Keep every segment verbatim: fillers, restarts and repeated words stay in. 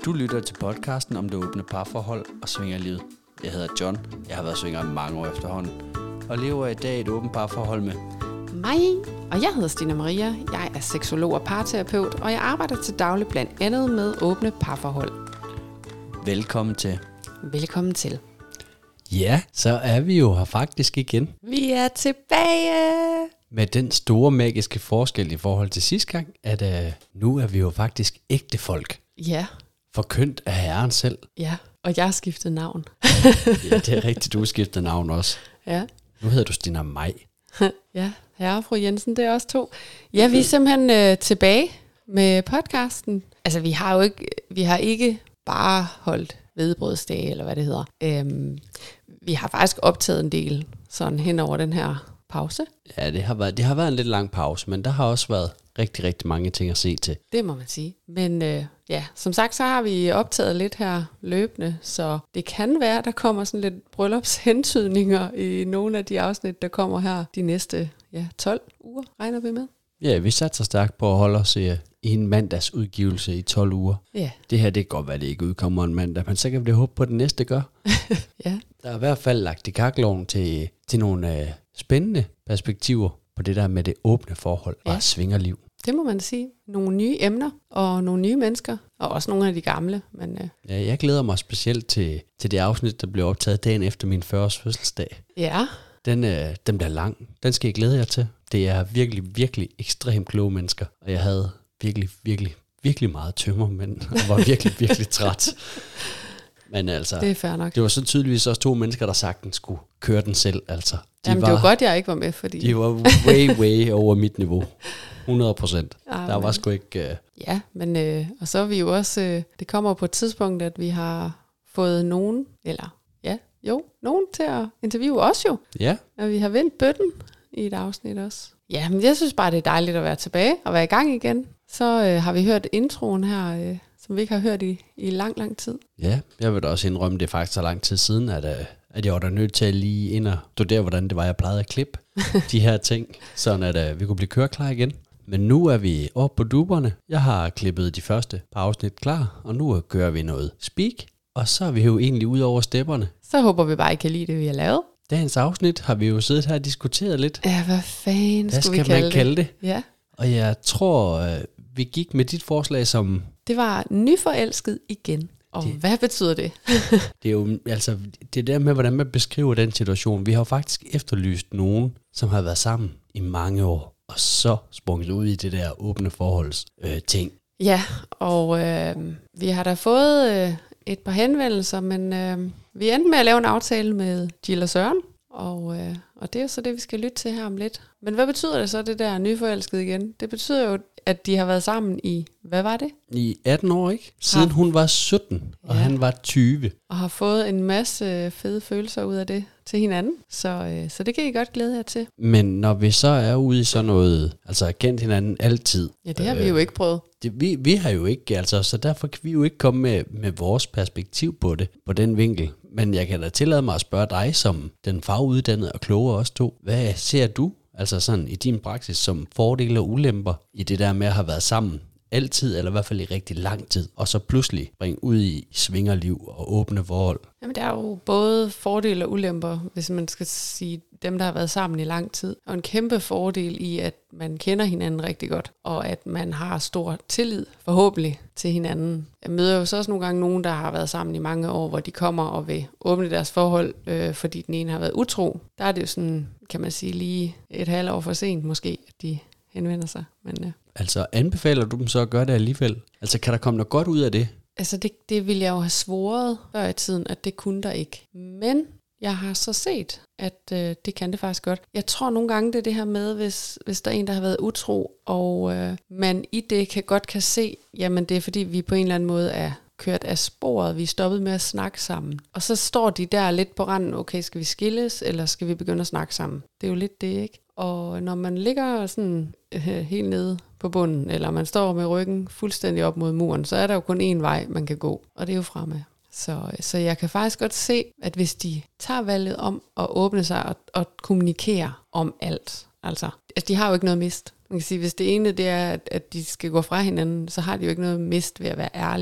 Du lytter til podcasten om det åbne parforhold og svingerlivet. Jeg hedder John, jeg har været svinger i mange år efterhånden, og lever i dag et åbent parforhold med mig, og jeg hedder Stina Maria. Jeg er seksolog og parterapeut, og jeg arbejder til daglig blandt andet med åbne parforhold. Velkommen til. Velkommen til. Ja, så er vi jo her faktisk igen. Vi er tilbage! Med den store magiske forskel i forhold til sidste gang, at uh, nu er vi jo faktisk ægte folk. Ja. Forkyndt af Herren selv. Ja, og jeg har skiftet navn. Ja, det er rigtigt, du har skiftet navn også. Ja. Nu hedder du Stina Maj. Ja, herre og fru Jensen, det er også to. Ja, vi er simpelthen øh, tilbage med podcasten. Altså, vi har jo ikke, vi har ikke bare holdt hvedebrødsdage, eller hvad det hedder. Øhm, vi har faktisk optaget en del sådan hen over den her pause. Ja, det har været, det har været en lidt lang pause, men der har også været rigtig, rigtig mange ting at se til. Det må man sige. Men øh, ja, som sagt, så har vi optaget lidt her løbende, så det kan være, der kommer sådan lidt bryllupshentydninger i nogle af de afsnit, der kommer her de næste ja, tolv uger, regner vi med. Ja, vi satser stærkt på at holde os i, i en mandagsudgivelse i tolv uger. Ja. Det her, det kan godt være, det ikke udkommer en mandag, men så kan vi håbe på, at det næste gør. Ja. Der er i hvert fald lagt i kakkeloven til, til nogle øh, spændende perspektiver på det der med det åbne forhold ja. Og svingerliv. Det må man sige. Nogle nye emner og nogle nye mennesker, og også nogle af de gamle. Men, øh. Ja, jeg glæder mig specielt til, til det afsnit, der blev optaget dagen efter min fyrreårs fødselsdag. Ja. Den, øh, den bliver lang. Den skal jeg glæde jer til. Det er virkelig, virkelig ekstremt kloge mennesker, og jeg havde virkelig, virkelig, virkelig meget tømmer, men jeg var virkelig, virkelig træt. Men altså, det er fair nok. Det var så tydeligvis også to mennesker, der sagtens skulle køre den selv. Altså, de Jamen, var, det var godt, jeg ikke var med, fordi... De var way, way over mit niveau. hundrede procent. Ja, der var men, sgu ikke... Uh... Ja, men øh, og så er vi jo også... Øh, det kommer på et tidspunkt, at vi har fået nogen, eller ja, jo, nogen til at interviewe os jo. Ja. Og vi har vendt bøtten i et afsnit også. Ja, men jeg synes bare, det er dejligt at være tilbage og være i gang igen. Så øh, har vi hørt introen her... Øh, som vi ikke har hørt i, i lang, lang tid. Ja, jeg vil da også indrømme, det er faktisk så lang tid siden, at, at jeg var da nødt til at lige ind og studere, hvordan det var, jeg plejede at klippe de her ting, sådan at uh, vi kunne blive køreklar igen. Men nu er vi oppe på duberne. Jeg har klippet de første par afsnit klar, og nu kører vi noget speak, og så er vi jo egentlig ude over stepperne. Så håber vi bare, I kan lide det, vi har lavet. Dagens afsnit har vi jo siddet her og diskuteret lidt. Ja, hvad fanden hvad skulle vi kalde kalde det? kalde det? Ja. Og jeg tror, uh, vi gik med dit forslag som... Det var nyforelsket igen. Og det, hvad betyder det? Det er jo altså det der med, hvordan man beskriver den situation. Vi har jo faktisk efterlyst nogen, som har været sammen i mange år, og så sprunget ud i det der åbne forholds øh, ting. Ja, og øh, vi har da fået øh, et par henvendelser, men øh, vi endte med at lave en aftale med Jill og Søren, og, øh, og det er så det, vi skal lytte til her om lidt. Men hvad betyder det så, det der nyforelsket igen? Det betyder jo, at de har været sammen i, hvad var det? I atten år, ikke? Siden har, hun var sytten, og ja. Han var tyve. Og har fået en masse fede følelser ud af det til hinanden. Så, øh, så det kan I godt glæde jer til. Men når vi så er ude i sådan noget, altså kendt hinanden altid. Ja, det har øh, vi jo ikke prøvet. Det, vi, vi har jo ikke, altså, så derfor kan vi jo ikke komme med, med vores perspektiv på det, på den vinkel. Men jeg kan da tillade mig at spørge dig, som den faguddannede og kloge også to. Hvad ser du? Altså sådan i din praksis som fordele og ulemper i det der med at have været sammen altid, eller i hvert fald i rigtig lang tid, og så pludselig bringe ud i svingerliv og åbne forhold? Jamen der er jo både fordele og ulemper, hvis man skal sige dem, der har været sammen i lang tid. Og en kæmpe fordel i, at man kender hinanden rigtig godt, og at man har stor tillid, forhåbentlig, til hinanden. Jeg møder jo så også nogle gange nogen, der har været sammen i mange år, hvor de kommer og vil åbne deres forhold, øh, fordi den ene har været utro. Der er det jo sådan, kan man sige, lige et halvt år for sent måske, at de henvender sig. Men, ja. Altså anbefaler du dem så at gøre det alligevel? Altså kan der komme noget godt ud af det? Altså det, det ville jeg jo have svoret før i tiden, at det kunne der ikke. Men jeg har så set, at øh, det kan det faktisk godt. Jeg tror nogle gange, det er det her med, hvis, hvis der er en, der har været utro, og øh, man i det kan godt kan se, jamen det er fordi, vi på en eller anden måde er kørt af sporet, vi er stoppet med at snakke sammen. Og så står de der lidt på randen, okay, skal vi skilles, eller skal vi begynde at snakke sammen? Det er jo lidt det, ikke? Og når man ligger sådan øh, helt nede på bunden, eller man står med ryggen fuldstændig op mod muren, så er der jo kun én vej, man kan gå, og det er jo fremad. Så, så jeg kan faktisk godt se, at hvis de tager valget om at åbne sig og, og kommunikere om alt, altså, altså de har jo ikke noget mist. Man kan sige, hvis det ene det er, at, at de skal gå fra hinanden, så har de jo ikke noget mist ved at være ærlige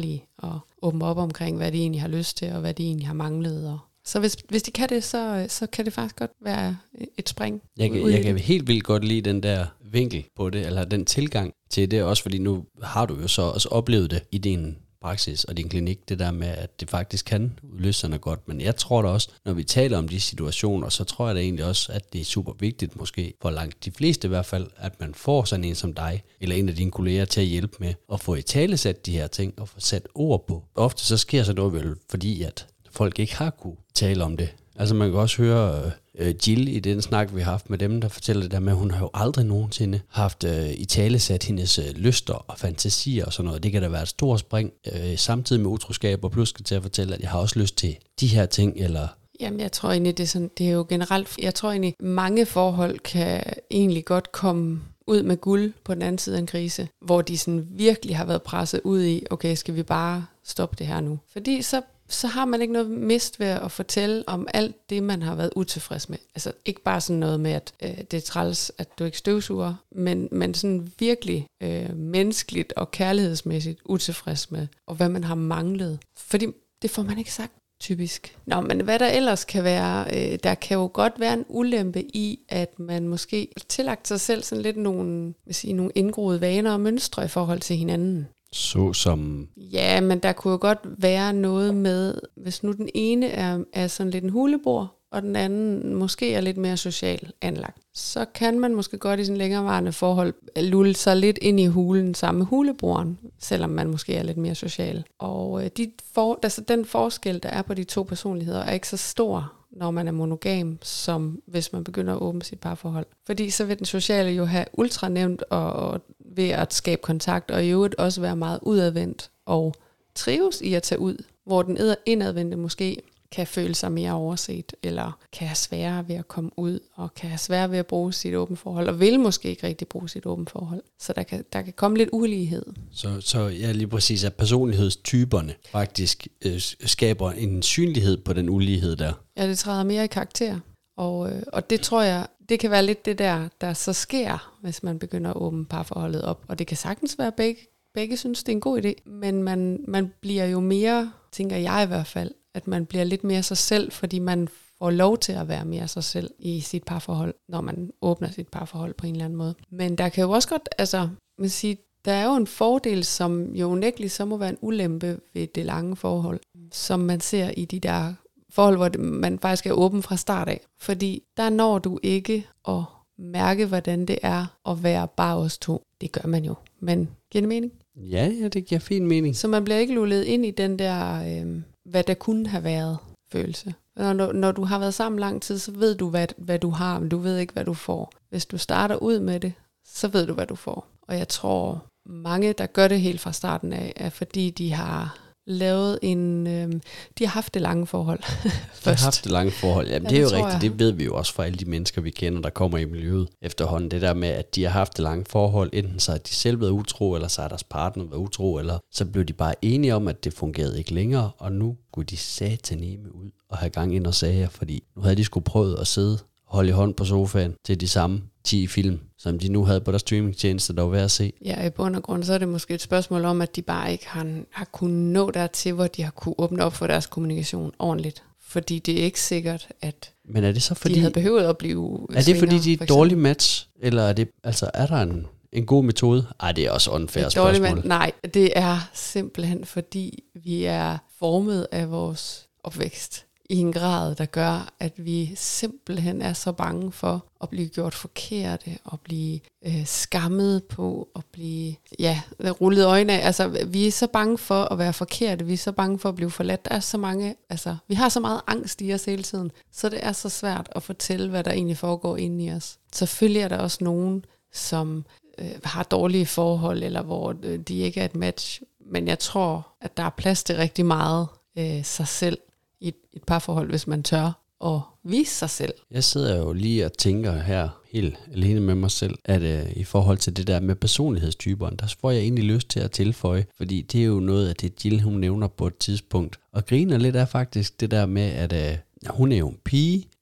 og åbne op omkring, hvad de egentlig har lyst til, og hvad de egentlig har manglet. Og så hvis, hvis de kan det, så, så kan det faktisk godt være et spring. Jeg kan, jeg kan helt vildt godt lide den der vinkel på det, eller den tilgang til det, også fordi nu har du jo så også oplevet det i din praksis og din klinik, det der med, at det faktisk kan udløse sig noget godt. Men jeg tror da også, når vi taler om de situationer, så tror jeg da egentlig også, at det er super vigtigt, måske for langt de fleste i hvert fald, at man får sådan en som dig, eller en af dine kolleger til at hjælpe med at få italesat de her ting, og få sat ord på. Ofte så sker så noget vel, fordi at folk ikke har kunne tale om det. Altså man kan også høre øh, Jill i den snak, vi har haft med dem, der fortæller det der med, at hun har jo aldrig nogensinde haft øh, italesat hendes øh, lyster og fantasier og sådan noget. Det kan da være et stort spring, øh, samtidig med utroskab, og plus skal til at fortælle, at jeg har også lyst til de her ting, eller... Jamen jeg tror egentlig, det er, sådan, det er jo generelt, jeg tror egentlig, mange forhold kan egentlig godt komme ud med guld på den anden side af en krise, hvor de sådan virkelig har været presset ud i, okay, skal vi bare stoppe det her nu? Fordi så så har man ikke noget mist ved at fortælle om alt det, man har været utilfreds med. Altså ikke bare sådan noget med, at øh, det er træls, at du ikke støvsuger, men, men sådan virkelig øh, menneskeligt og kærlighedsmæssigt utilfreds med, og hvad man har manglet. Fordi det får man ikke sagt typisk. Nå, men hvad der ellers kan være, øh, der kan jo godt være en ulempe i, at man måske tillagt sig selv sådan lidt nogle, vil sige, nogle indgroede vaner og mønstre i forhold til hinanden. Så som... Ja, men der kunne jo godt være noget med, hvis nu den ene er, er sådan lidt en hulebor, og den anden måske er lidt mere social anlagt, så kan man måske godt i sådan længerevarende forhold lulle sig lidt ind i hulen sammen med huleboren, selvom man måske er lidt mere social. Og de for, altså den forskel, der er på de to personligheder, er ikke så stor, når man er monogam, som hvis man begynder at åbne sit parforhold. Fordi så vil den sociale jo have ultra nemt og, og ved at skabe kontakt, og i øvrigt også være meget udadvendt og trives i at tage ud, hvor den indadvendte måske kan føle sig mere overset, eller kan have sværere ved at komme ud, og kan have sværere ved at bruge sit åbent forhold, og vil måske ikke rigtig bruge sit åbent forhold. Så der kan, der kan komme lidt ulighed. Så, så ja, lige præcis, at personlighedstyperne faktisk øh, skaber en synlighed på den ulighed der. Ja, det træder mere i karakter. Og, øh, og det tror jeg, det kan være lidt det der, der så sker, hvis man begynder at åbne parforholdet op. Og det kan sagtens være, at begge, begge synes, det er en god idé. Men man, man bliver jo mere, tænker jeg i hvert fald, at man bliver lidt mere sig selv, fordi man får lov til at være mere sig selv i sit parforhold, når man åbner sit parforhold på en eller anden måde. Men der kan jo også godt, altså, man siger, der er jo en fordel, som jo unægteligt så må være en ulempe ved det lange forhold, som man ser i de der forhold, hvor man faktisk er åben fra start af. Fordi der når du ikke at mærke, hvordan det er at være bare os to. Det gør man jo, men giver det mening? Ja, ja, det giver fin mening. Så man bliver ikke lullet ind i den der, øh, hvad der kunne have været følelse. Når, når du har været sammen lang tid, så ved du, hvad, hvad du har, men du ved ikke, hvad du får. Hvis du starter ud med det, så ved du, hvad du får. Og jeg tror, mange, der gør det helt fra starten af, er fordi de har lavet en... Øh, de har haft det lange forhold først. De har haft det lange forhold. Jamen, ja, det er det jo rigtigt. jeg. Det ved vi jo også fra alle de mennesker, vi kender, der kommer i miljøet efterhånden. Det der med, at de har haft det lange forhold, enten så har de selv været utro, eller så har deres partner været utro, eller så blev de bare enige om, at det fungerede ikke længere, og nu skulle de sataneme ud og have gang ind og sager, fordi nu havde de sgu prøvet at sidde og holde i hånd på sofaen til de samme ti film, som de nu havde på deres streamingtjeneste, der var værd at se. Ja, i bund og grund, så er det måske et spørgsmål om, at de bare ikke har, har kunnet nå dertil, hvor de har kunne åbne op for deres kommunikation ordentligt. Fordi det er ikke sikkert, at Men er det så fordi, de havde behøvet at blive Er det svinger, fordi, de er et dårligt match? Eller er det, altså, er der en, en god metode? Ej, det er også unfair spørgsmål. Man, nej, det er simpelthen fordi, vi er formet af vores opvækst i en grad, der gør, at vi simpelthen er så bange for at blive gjort forkerte, og blive øh, skammet på, og blive ja, rullet øjne af. Altså, vi er så bange for at være forkerte, vi er så bange for at blive forladt. Der er så mange, altså, vi har så meget angst i os hele tiden, så det er så svært at fortælle, hvad der egentlig foregår inde i os. Selvfølgelig er der også nogen, som øh, har dårlige forhold, eller hvor øh, de ikke er et match, men jeg tror, at der er plads til rigtig meget øh, sig selv i et, et parforhold, hvis man tør at vise sig selv. Jeg sidder jo lige og tænker her helt alene med mig selv, at øh, i forhold til det der med personlighedstyperne, der får jeg egentlig lyst til at tilføje, fordi det er jo noget af det, Jill hun nævner på et tidspunkt. Og griner lidt af faktisk det der med, at øh, hun er jo en pige,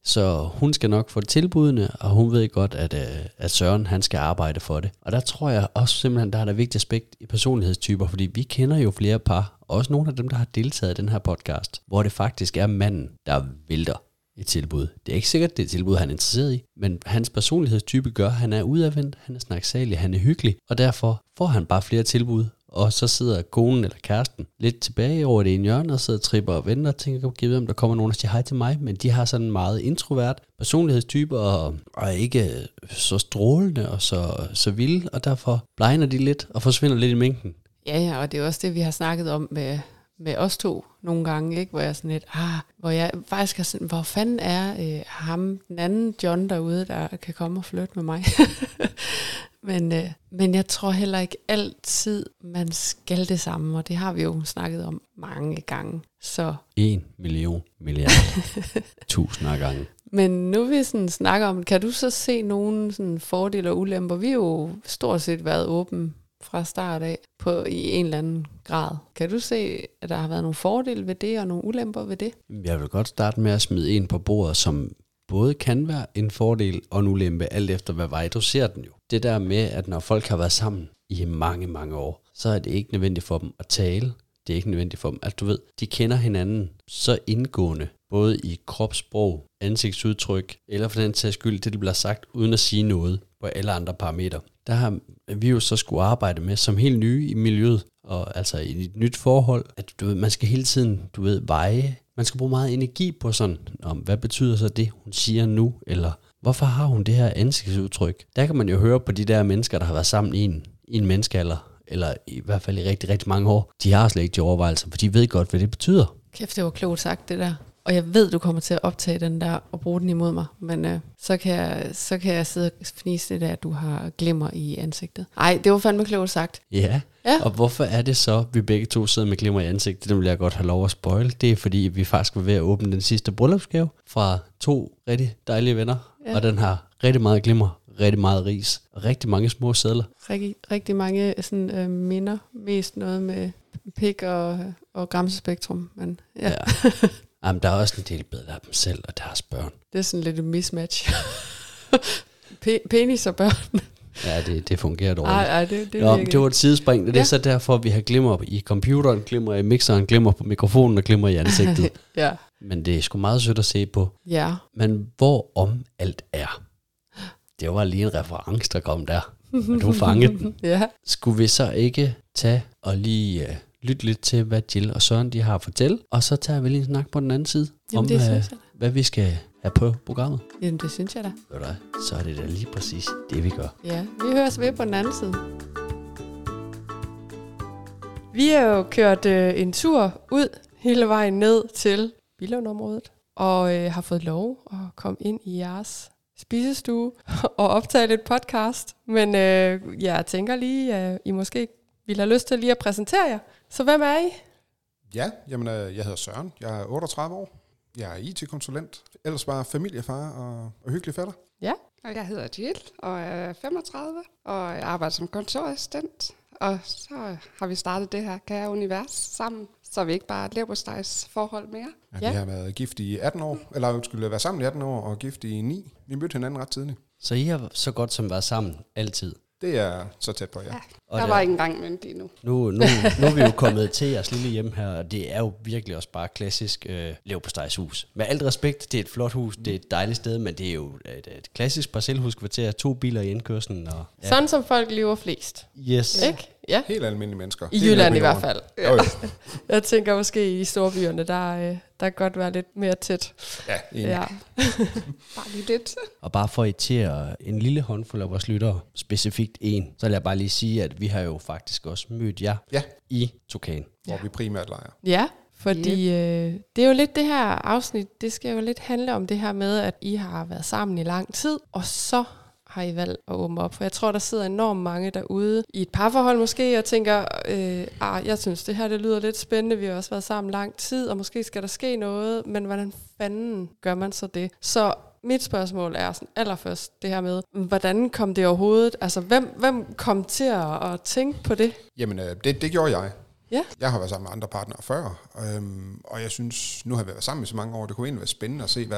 Så hun skal nok få tilbudene, og hun ved godt, at, øh, at Søren han skal arbejde for det. Og der tror jeg også simpelthen, der er der vigtigt aspekt i personlighedstyper, fordi vi kender jo flere par, også nogle af dem, der har deltaget i den her podcast, hvor det faktisk er manden, der vælter et tilbud. Det er ikke sikkert, det er et tilbud, han er interesseret i, men hans personlighedstype gør, at han er udadvendt, han er snaksalig, han er hyggelig, og derfor får han bare flere tilbud. Og så sidder konen eller kæresten lidt tilbage over det ene hjørne, og sidder og tripper og venter og tænker, giv om der kommer nogen og siger hej til mig. Men de har sådan en meget introvert personlighedstype, og, og er ikke så strålende og så, så vilde, og derfor blegner de lidt og forsvinder lidt i mængden. Ja, ja, og det er også det, vi har snakket om med, med os to nogle gange, ikke? Hvor jeg sådan lidt, ah, hvor jeg faktisk har sådan, hvor fanden er øh, ham, den anden John derude, der kan komme og flytte med mig. Men, øh, men jeg tror heller ikke altid, man skal det samme, og det har vi jo snakket om mange gange. Så. En million milliarder tusinder gange. Men nu vi sådan snakker om, kan du så se nogle sådan fordele og ulemper? Vi har jo stort set været åbne fra start af på, i en eller anden grad. Kan du se, at der har været nogle fordele ved det og nogle ulemper ved det? Jeg vil godt starte med at smide en på bordet, som både kan være en fordel og en ulempe, alt efter hvad vej du ser den jo. Det der med, at når folk har været sammen i mange, mange år, så er det ikke nødvendigt for dem at tale. Det er ikke nødvendigt for dem, at du ved, de kender hinanden så indgående, både i kropssprog, ansigtsudtryk, eller for den sags skyld, det der bliver sagt, uden at sige noget på alle andre parametre. Der har vi jo så skulle arbejde med, som helt nye i miljøet, og altså i et nyt forhold, at du ved, man skal hele tiden, du ved, veje. Man skal bruge meget energi på sådan, om hvad betyder så det, hun siger nu, eller hvorfor har hun det her ansigtsudtryk? Der kan man jo høre på de der mennesker, der har været sammen i en, i en menneskealder, eller i hvert fald i rigtig, rigtig mange år. De har slet ikke de overvejelser, for de ved godt, hvad det betyder. Kæft, det var klogt sagt, det der. Og jeg ved, du kommer til at optage den der og bruge den imod mig. Men øh, så, kan jeg, så kan jeg sidde og fnise det der, at du har glimmer i ansigtet. Ej, det var fandme klogt sagt. Ja, ja. Og hvorfor er det så, vi begge to sidder med glimmer i ansigtet? Det vil jeg godt have lov at spoil. Det er fordi, vi faktisk var ved at åbne den sidste bryllupsgave fra to rigtig dejlige venner. Ja. Og den har rigtig meget glimmer, rigtig meget ris og rigtig mange små sedler. Rigtig, rigtig mange sådan, øh, minder. Mest noget med pik og, og gramsespektrum. Men, ja. Ja. Jamen, der er også en del billeder af dem selv og deres børn. Det er sådan lidt et mismatch. P- penis og børn. Ja, det, det fungerer dårligt. Ej, ej, det, det, Nå, det var et sidespring. Det er ja. Så derfor, vi har glimmer i computeren, glimmer i mixeren, glimmer på mikrofonen og glimmer i ansigtet. Ja. Men det er sgu meget sødt at se på. Ja. Men hvor om alt er. Det var lige en reference, der kom der. Og du fangede den. Ja. Skulle vi så ikke tage og lige uh, lytte lidt til, hvad Jill og Søren de har at fortælle, og så tager vi lige en snak på den anden side, Jamen, om det uh, hvad vi skal have på programmet. Jamen, det synes jeg da. Ved du hvad? Så er det da lige præcis det, vi gør. Ja, vi høres ved på den anden side. Vi har jo kørt øh, en tur ud hele vejen ned til Billund-området, og øh, har fået lov at komme ind i jeres spisestue og optage lidt podcast. Men øh, jeg tænker lige, at I måske vil have lyst til lige at præsentere jer. Så hvem er I? Ja, jamen, øh, jeg hedder Søren. Jeg er otteogtredive år. Jeg er I T-konsulent. Ellers bare familiefar og, og hyggelig fætter. Ja. Og jeg hedder Jill, og er femogtredive, og jeg arbejder som kontorassistent. Og så har vi startet det her kære univers sammen, så vi ikke bare lever på stejs forhold mere. Ja, vi ja. har været gift i atten år, eller undskyld, været sammen i atten år og gift i ni. Vi mødte hinanden ret tidligt. Så I har så godt som været sammen altid? Det er så tæt på, ja. ja og der der, var ikke engang mønt endnu. Nu, nu, nu er vi jo kommet til jeres lille hjem her, og det er jo virkelig også bare klassisk øh, leverpostejshus. Med alt respekt, det er et flot hus, det er et dejligt sted, men det er jo et, et klassisk parcelhuskvarter, to biler i indkørslen. Og, ja. Sådan som folk lever flest. Yes. Ikke? Ja. Helt almindelige mennesker. I Jylland i hvert fald. Ja. Jo, jo. Jeg tænker måske i storbyerne, der, der kan godt være lidt mere tæt. Ja, ja. Bare lige lidt. Og bare for at irritere en lille håndfuld af vores lyttere, specifikt en, så vil jeg bare lige sige, at vi har jo faktisk også mødt jer ja. i Tukan. Hvor ja. vi primært leger. Ja, fordi øh, det er jo lidt det her afsnit, det skal jo lidt handle om det her med, at I har været sammen i lang tid, og så har I valgt at åbne op. For jeg tror, der sidder enormt mange derude i et parforhold måske, og tænker, øh, ah, jeg synes, det her det lyder lidt spændende, vi har også været sammen lang tid, og måske skal der ske noget, men hvordan fanden gør man så det? Så mit spørgsmål er sådan allerførst det her med, hvordan kom det overhovedet? Altså, hvem, hvem kom til at, at tænke på det? Jamen, øh, det, det gjorde jeg. Ja. Jeg har været sammen med andre partnere før, øhm, og jeg synes, nu har vi været sammen i så mange år, det kunne egentlig være spændende at se, hvad der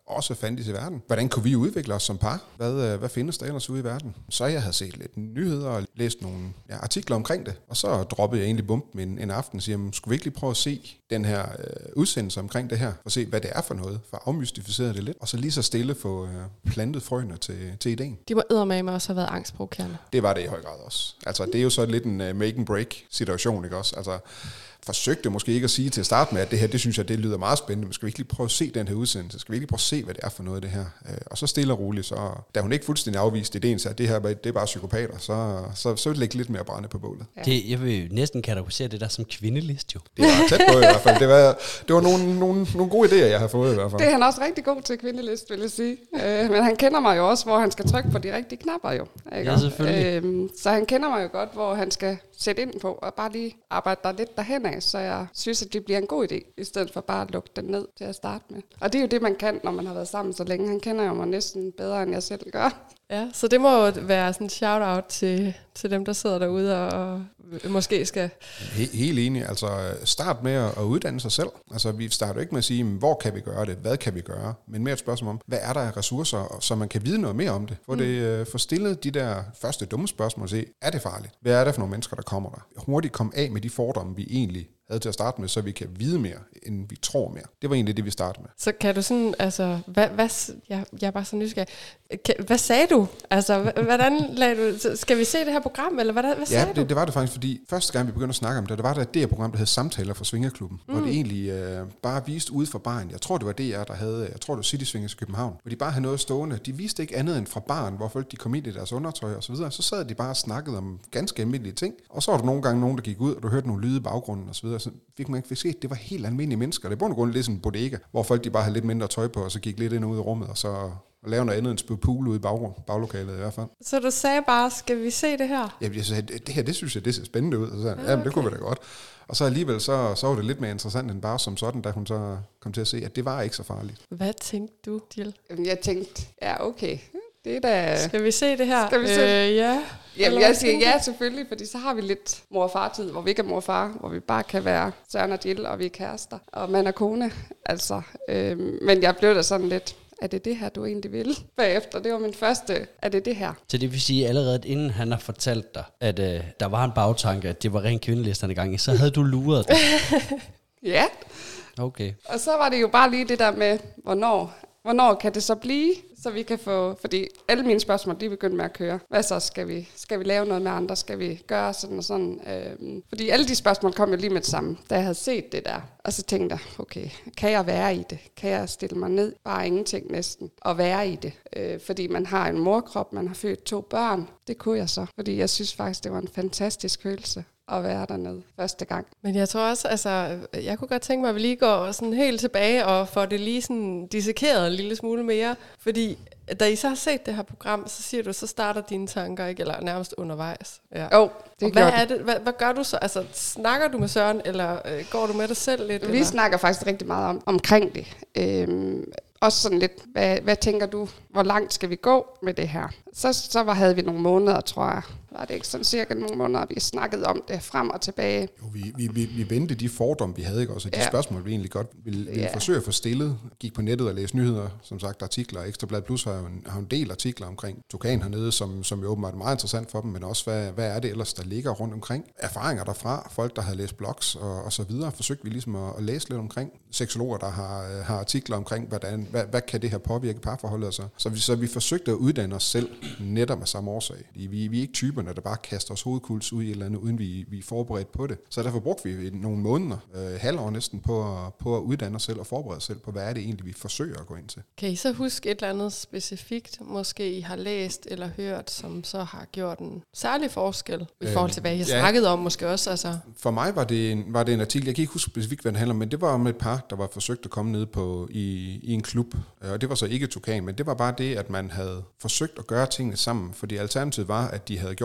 også fandtes i verden. Hvordan kunne vi udvikle os som par? Hvad, hvad findes der ellers ude i verden? Så jeg havde set lidt nyheder og læst nogle ja, artikler omkring det, og så droppede jeg egentlig bumpen en, en aften og siger, skulle vi ikke lige prøve at se den her øh, udsendelse omkring det her, og se, hvad det er for noget, for at afmystificere det lidt, og så lige så stille få øh, plantet frøene til, til ideen. De må eddermame også have været angstprovokerende. Det var det i høj grad også. Altså, det er jo så lidt en uh, make and break situation, ikke også? Altså, forsøgte måske ikke at sige til at starte med, at det her, det synes jeg, det lyder meget spændende, men skal vi ikke lige prøve at se den her udsendelse? Skal vi ikke lige prøve at se, hvad det er for noget, det her? Og så stille og roligt, så da hun ikke fuldstændig afviste ideen, så at det her, det er bare psykopater, så, så, så vil det lægge lidt mere brænde på bålet. Ja. Det, jeg vil næsten kategorisere det der som kvindelist, jo. Det var tæt på i hvert fald. Det var, det var nogle, nogle, nogle gode idéer, jeg har fået i hvert fald. Det er han også rigtig god til kvindelist, vil jeg sige. Øh, men han kender mig jo også, hvor han skal trykke på de rigtige knapper jo. Ikke? Ja, selvfølgelig. Øh, så han kender mig jo godt, hvor han skal sætte ind på, og bare lige arbejde der lidt derhen af, så jeg synes, at det bliver en god idé, i stedet for bare at lukke den ned til at starte med. Og det er jo det, man kan, når man har været sammen så længe. Han kender jo mig næsten bedre, end jeg selv gør. Ja, så det må jo være sådan en shout-out til, til dem, der sidder derude og, og måske skal... He- helt enig. Altså, start med at uddanne sig selv. Altså, vi starter ikke med at sige, hvor kan vi gøre det? Hvad kan vi gøre? Men mere et spørgsmål om, hvad er der af ressourcer, så man kan vide noget mere om det? Få, det, uh, få stillet de der første dumme spørgsmål og se, er det farligt? Hvad er det for nogle mennesker, der kommer der? Hurtigt komme af med de fordomme, vi egentlig havde til at starte med, så vi kan vide mere, end vi tror mere. Det var egentlig det, vi startede med. Så kan du sådan, altså, hvad, hvad, jeg, jeg er bare så nysgerrig. Kan, hvad sagde du? Altså, hvordan lagde du, skal vi se det her program, eller hvad, hvad sagde ja, du? det, det var det faktisk, fordi første gang, vi begyndte at snakke om det, der var der det her program, der hed Samtaler fra Svingerklubben, mm. hvor det egentlig øh, bare viste ude fra baren. Jeg tror, det var D R, der havde, jeg tror, det var City Swingers i København, hvor de bare havde noget stående. De viste ikke andet end fra baren, hvor folk de kom ind i deres undertøj og så videre. Så sad de bare og snakkede om ganske almindelige ting. Og så var der nogle gange nogen, der gik ud, og du hørte nogle lyde i baggrunden og så videre. Så fik man ikke set, det var helt almindelige mennesker. Det er på en grund lidt sådan en bodega, hvor folk de bare havde lidt mindre tøj på, og så gik lidt ind og ud i rummet, og så og lave noget andet end spille pool ude i bagrum, baglokalet i hvert fald. Så du sagde bare, skal vi se det her? Ja, jeg sagde, det her, det synes jeg, det ser spændende ud. Og så, ja, men det kunne vi da godt. Og så alligevel, så, så var det lidt mere interessant end bare som sådan, da hun så kom til at se, at det var ikke så farligt. Hvad tænkte du, Jill? Jeg tænkte, ja okay, det er da... Skal vi se det her? Skal vi se? Øh, ja. Jamen, jeg siger ja selvfølgelig, fordi så har vi lidt mor- og far-tid, hvor vi ikke er mor og far, hvor vi bare kan være Søren og Jill, og vi er kærester, og mand og kone. Altså, øh, men jeg blev da sådan lidt... Er det det her, du egentlig vil? Bagefter, det var min første, er det det her? Så det vil sige, allerede inden han har fortalt dig, at øh, der var en bagtanke, at det var rent kvindelisterne gang i, så havde du luret det. Ja. Okay. Og så var det jo bare lige det der med, hvornår, hvornår kan det så blive, så vi kan få, fordi alle mine spørgsmål, de er begyndt med at køre. Hvad så, skal vi, skal vi lave noget med andre? Skal vi gøre sådan og sådan? Øhm, fordi alle de spørgsmål kom jo lige med det samme, da jeg havde set det der. Og så tænkte jeg, okay, kan jeg være i det? Kan jeg stille mig ned? Bare ingenting næsten. Og være i det. Øh, fordi man har en morkrop, man har født to børn. Det kunne jeg så, fordi jeg synes faktisk, det var en fantastisk følelse at være dernede første gang. Men jeg tror også, altså, jeg kunne godt tænke mig, at vi lige går sådan helt tilbage og får det lige sådan dissekeret en lille smule mere. Fordi da I så har set det her program, så siger du, så starter dine tanker, ikke? Eller nærmest undervejs. Ja. Jo, det hvad er det? Hvad, hvad gør du så? Altså, snakker du med Søren, eller øh, går du med dig selv lidt? Vi eller? snakker faktisk rigtig meget om, omkring det. Øhm, også sådan lidt, hvad, hvad tænker du, hvor langt skal vi gå med det her? Så, så var, havde vi nogle måneder, tror jeg. Var det ikke sådan cirka nogle måneder, vi snakkede om det frem og tilbage. Jo, vi, vi, vi, vi vendte de fordomme, vi havde, ikke også? Og de ja. spørgsmål, vi egentlig godt ville, ville ja. forsøge at få stillet. Gik på nettet og læste nyheder, som sagt artikler. Ekstrablad Plus har jo en, har en del artikler omkring Tukan hernede, som, som jo åbenbart er meget interessant for dem, men også, hvad, hvad er det ellers, der ligger rundt omkring? Erfaringer derfra, folk, der har læst blogs og, og så videre, forsøgte vi ligesom at, at læse lidt omkring. Seksologer, der har, har artikler omkring, hvordan, hvad, hvad kan det her påvirke parforholdet? Altså. Så, vi, så vi forsøgte at uddanne os selv netop af samme årsag. Vi, vi er ikke typerne, der bare kaster os hovedkuls ud i et eller andet, uden vi, vi er forberedt på det. Så derfor brugte vi nogle måneder, øh, halvår næsten, på, på at uddanne os selv og forberede os selv på, hvad er det egentlig, vi forsøger at gå ind til. Kan I så huske et eller andet specifikt, måske I har læst eller hørt, som så har gjort en særlig forskel i forhold til, hvad I har ja. snakket om måske også? Altså. For mig var det, en, var det en artikel, jeg kan ikke huske specifikt, hvad den handler om, men det var om et par, der var forsøgt at komme ned på, i, i en klub. Og det var så ikke Tukan, men det var bare det, at man havde forsøgt at gøre tingene sammen, fordi alternativet var, at de havde gjort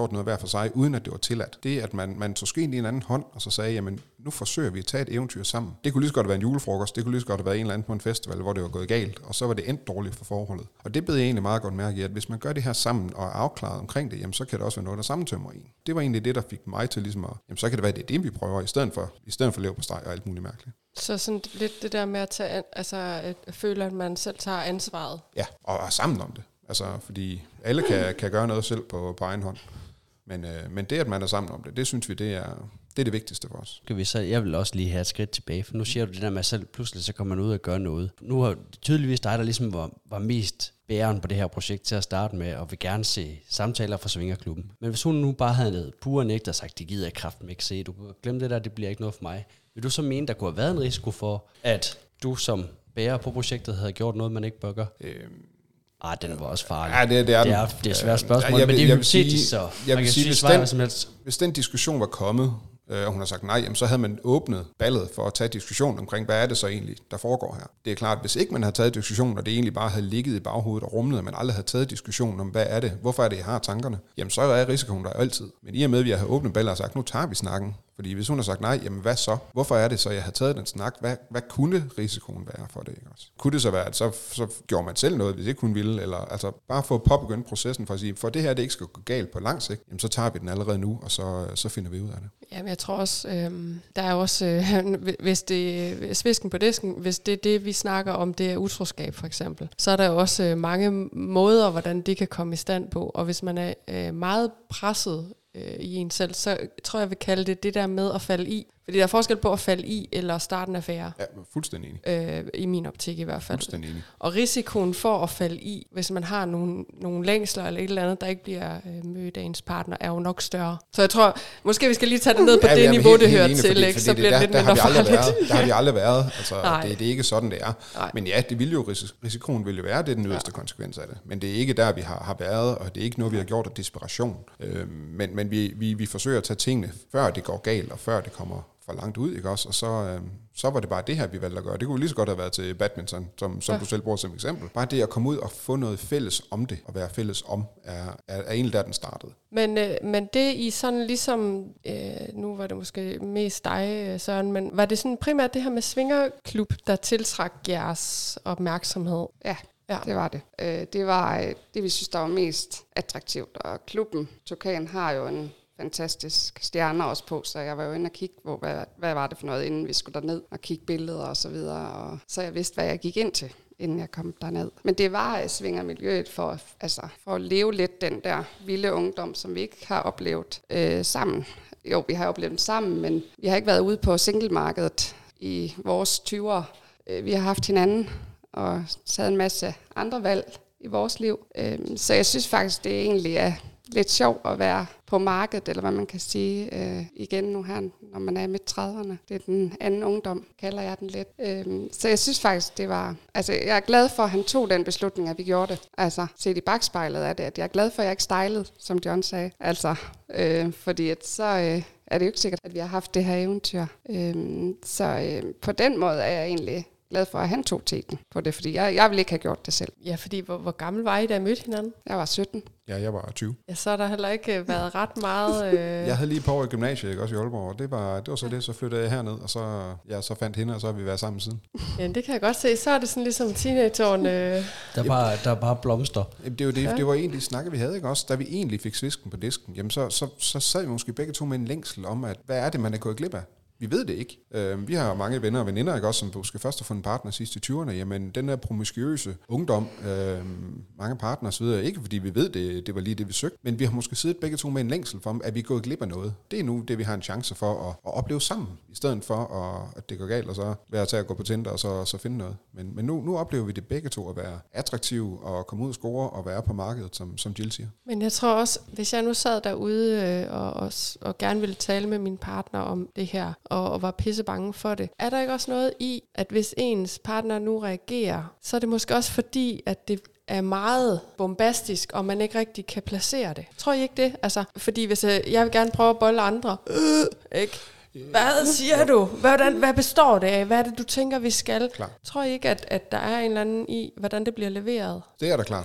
gjort noget hver for sig, uden at det var tilladt. Det, at man, man tog skeen i en anden hånd, og så sagde, jamen, nu forsøger vi at tage et eventyr sammen. Det kunne lige så godt være en julefrokost, det kunne lige så godt være en eller anden på en festival, hvor det var gået galt, og så var det endt dårligt for forholdet. Og det bed jeg egentlig meget godt mærke i, at hvis man gør det her sammen og er afklaret omkring det, jamen, så kan det også være noget, der sammentømmer en. Det var egentlig det, der fik mig til ligesom at, jamen, så kan det være, det er det, vi prøver, i stedet for, i stedet for leverpostej og alt muligt mærkeligt. Så sådan lidt det der med at tage, altså at føle, at man selv tager ansvaret. Ja, og er sammen om det. Altså, fordi alle kan, kan gøre noget selv på, på egen hånd. Men, øh, men det, at man er sammen om det, det synes vi, det er det, er det vigtigste for os. Skal vi så, jeg vil også lige have et skridt tilbage, for nu siger du det der med, at selv pludselig så kommer man ud og gør noget. Nu har tydeligvis dig, der ligesom var, var mest bæren på det her projekt til at starte med, og vil gerne se samtaler fra Svingerklubben. Men hvis hun nu bare havde noget pure nægt og sagt, det gider jeg kraften ikke se, du kan glemme det der, det bliver ikke noget for mig. Vil du så mene, der kunne have været en risiko for, at du som bærer på projektet havde gjort noget, man ikke bør gøre? Øhm. Ah, den var også farlig. Ja, det, det er, det er, det er et svært spørgsmål, ja, men det er hypotetisk, så jeg vil sige, sige, hvis, den, hvis, hvis den diskussion var kommet, øh, og hun har sagt nej, jamen, så havde man åbnet ballet for at tage diskussionen omkring, hvad er det så egentlig, der foregår her. Det er klart, hvis ikke man havde taget diskussionen, og det egentlig bare havde ligget i baghovedet og rumlet, og man aldrig havde taget diskussionen om, hvad er det, hvorfor er det, jeg har tankerne, jamen så er risikoen der altid. Men i og med, at vi har åbnet ballet og sagt, nu tager vi snakken. Fordi hvis hun har sagt nej, jamen hvad så? Hvorfor er det så, jeg har taget den snak? Hvad, hvad kunne risikoen være for det? Ikke også? Kunne det så være, at så, så gjorde man selv noget, hvis ikke hun ville? Eller altså bare få påbegyndt processen for at sige, for det her det ikke skal gå galt på lang sigt, jamen så tager vi den allerede nu, og så, så finder vi ud af det. Jamen jeg tror også, øh, der er også, øh, hvis det er svisken på disken, hvis det er det, vi snakker om, det er utroskab for eksempel, så er der jo også øh, mange måder, hvordan det kan komme i stand på. Og hvis man er øh, meget presset i en selv, så tror jeg, jeg vil kalde det det der med at falde i. Fordi der er forskel på at falde i, eller starte en affære. Ja, fuldstændig enig. Øh, I min optik i hvert fald. Fuldstændig enig. Og risikoen for at falde i, hvis man har nogle, nogle længsler eller et eller andet, der ikke bliver øh, mødt af ens partner, er jo nok større. Så jeg tror, måske vi skal lige tage det ned på ja, det niveau, helt, det hører til, fordi, fordi så bliver det lidt der, mindre farligt. Været, der har vi aldrig været. Altså, det, det er ikke sådan, det er. Nej. Men ja, det vil jo, risikoen vil jo være, det er den yderste ja. konsekvens af det. Men det er ikke der, vi har, har været, og det er ikke noget, vi har gjort af desperation. Øh, men men vi, vi, vi forsøger at tage tingene, før det går galt, og før det kommer for langt ud, ikke også? Og så, øh, så var det bare det her, vi valgte at gøre. Det kunne lige så godt have været til badminton, som, som ja. du selv bruger som eksempel. Bare det at komme ud og få noget fælles om det, og være fælles om, er, er, er egentlig der, den startede. Men, øh, men det i sådan ligesom, øh, nu var det måske mest dig, Søren, men var det sådan primært det her med Svingerklub, der tiltrak jeres opmærksomhed? Ja. Ja, det var det. Øh, det var det, vi synes, der var mest attraktivt. Og klubben, Tukan, har jo en fantastisk stjerner også på, så jeg var jo inde og kigge på, hvad, hvad var det for noget, inden vi skulle derned og kigge billeder og så videre. Og så jeg vidste, hvad jeg gik ind til, inden jeg kom derned. Men det var svingermiljøet for, altså, for at leve lidt den der vilde ungdom, som vi ikke har oplevet øh, sammen. Jo, vi har oplevet den sammen, men vi har ikke været ude på singlemarkedet i vores tyvere. Vi har haft hinanden og taget en masse andre valg i vores liv. Så jeg synes faktisk, det egentlig er lidt sjovt at være på markedet, eller hvad man kan sige, øh, igen nu her, når man er midt trediverne. Det er den anden ungdom, kalder jeg den lidt. Øhm, så jeg synes faktisk, det var... Altså, jeg er glad for, at han tog den beslutning, at vi gjorde det. Altså, set i bagspejlet af det, at jeg er glad for, at jeg ikke stylede, som John sagde. Altså, øh, fordi at så... Øh, er det jo ikke sikkert, at vi har haft det her eventyr. Øhm, så øh, på den måde er jeg egentlig glad for, at han tog teten på det, fordi jeg, jeg ville ikke have gjort det selv. Ja, fordi hvor, hvor gammel var I, da I mødte hinanden? Jeg var sytten. Ja, jeg var tyve. Ja, så har der heller ikke været ret meget... Øh... Jeg havde lige et par år i gymnasiet, ikke, også i Aalborg, og det var, det var så det, så flyttede jeg herned, og så, ja, så fandt hende, og så har vi været sammen siden. Ja, det kan jeg godt se. Så er det sådan ligesom teenageårene... Øh... Der, er bare, der er bare blomster. Jamen, det, var det, ja. det var egentlig snakke, vi havde, ikke også? Da vi egentlig fik svisken på disken, jamen så, så, så sad vi måske begge to med en længsel om, at hvad er det, man er gået glip af? Vi ved det ikke. Øh, vi har mange venner og veninder, ikke også, som måske først har fundet partner sidst i tyverne. Jamen, den der promiskuøse ungdom, øh, mange partner osv., ikke fordi vi ved det, det var lige det, vi søgte, men vi har måske siddet begge to med en længsel for, at vi er gået glip af noget. Det er nu det, vi har en chance for at, at opleve sammen, i stedet for, at, at det går galt, og så være til at gå på Tinder og så, så finde noget. Men, men nu, nu oplever vi det begge to at være attraktive og komme ud og score og være på markedet, som, som Jill siger. Men jeg tror også, hvis jeg nu sad derude øh, og, og, og gerne ville tale med min partner om det her, og, og var pisse bange for det. Er der ikke også noget i, at hvis ens partner nu reagerer, så er det måske også fordi, at det er meget bombastisk, og man ikke rigtig kan placere det. Tror I ikke det? Altså, fordi hvis jeg, jeg vil gerne prøve at bolle andre, øh, ikke? Hvad siger du? Hvordan, hvad består det af? Hvad er det, du tænker, vi skal? Klar. Tror I ikke, at, at der er en eller anden i, hvordan det bliver leveret? Det er da klart.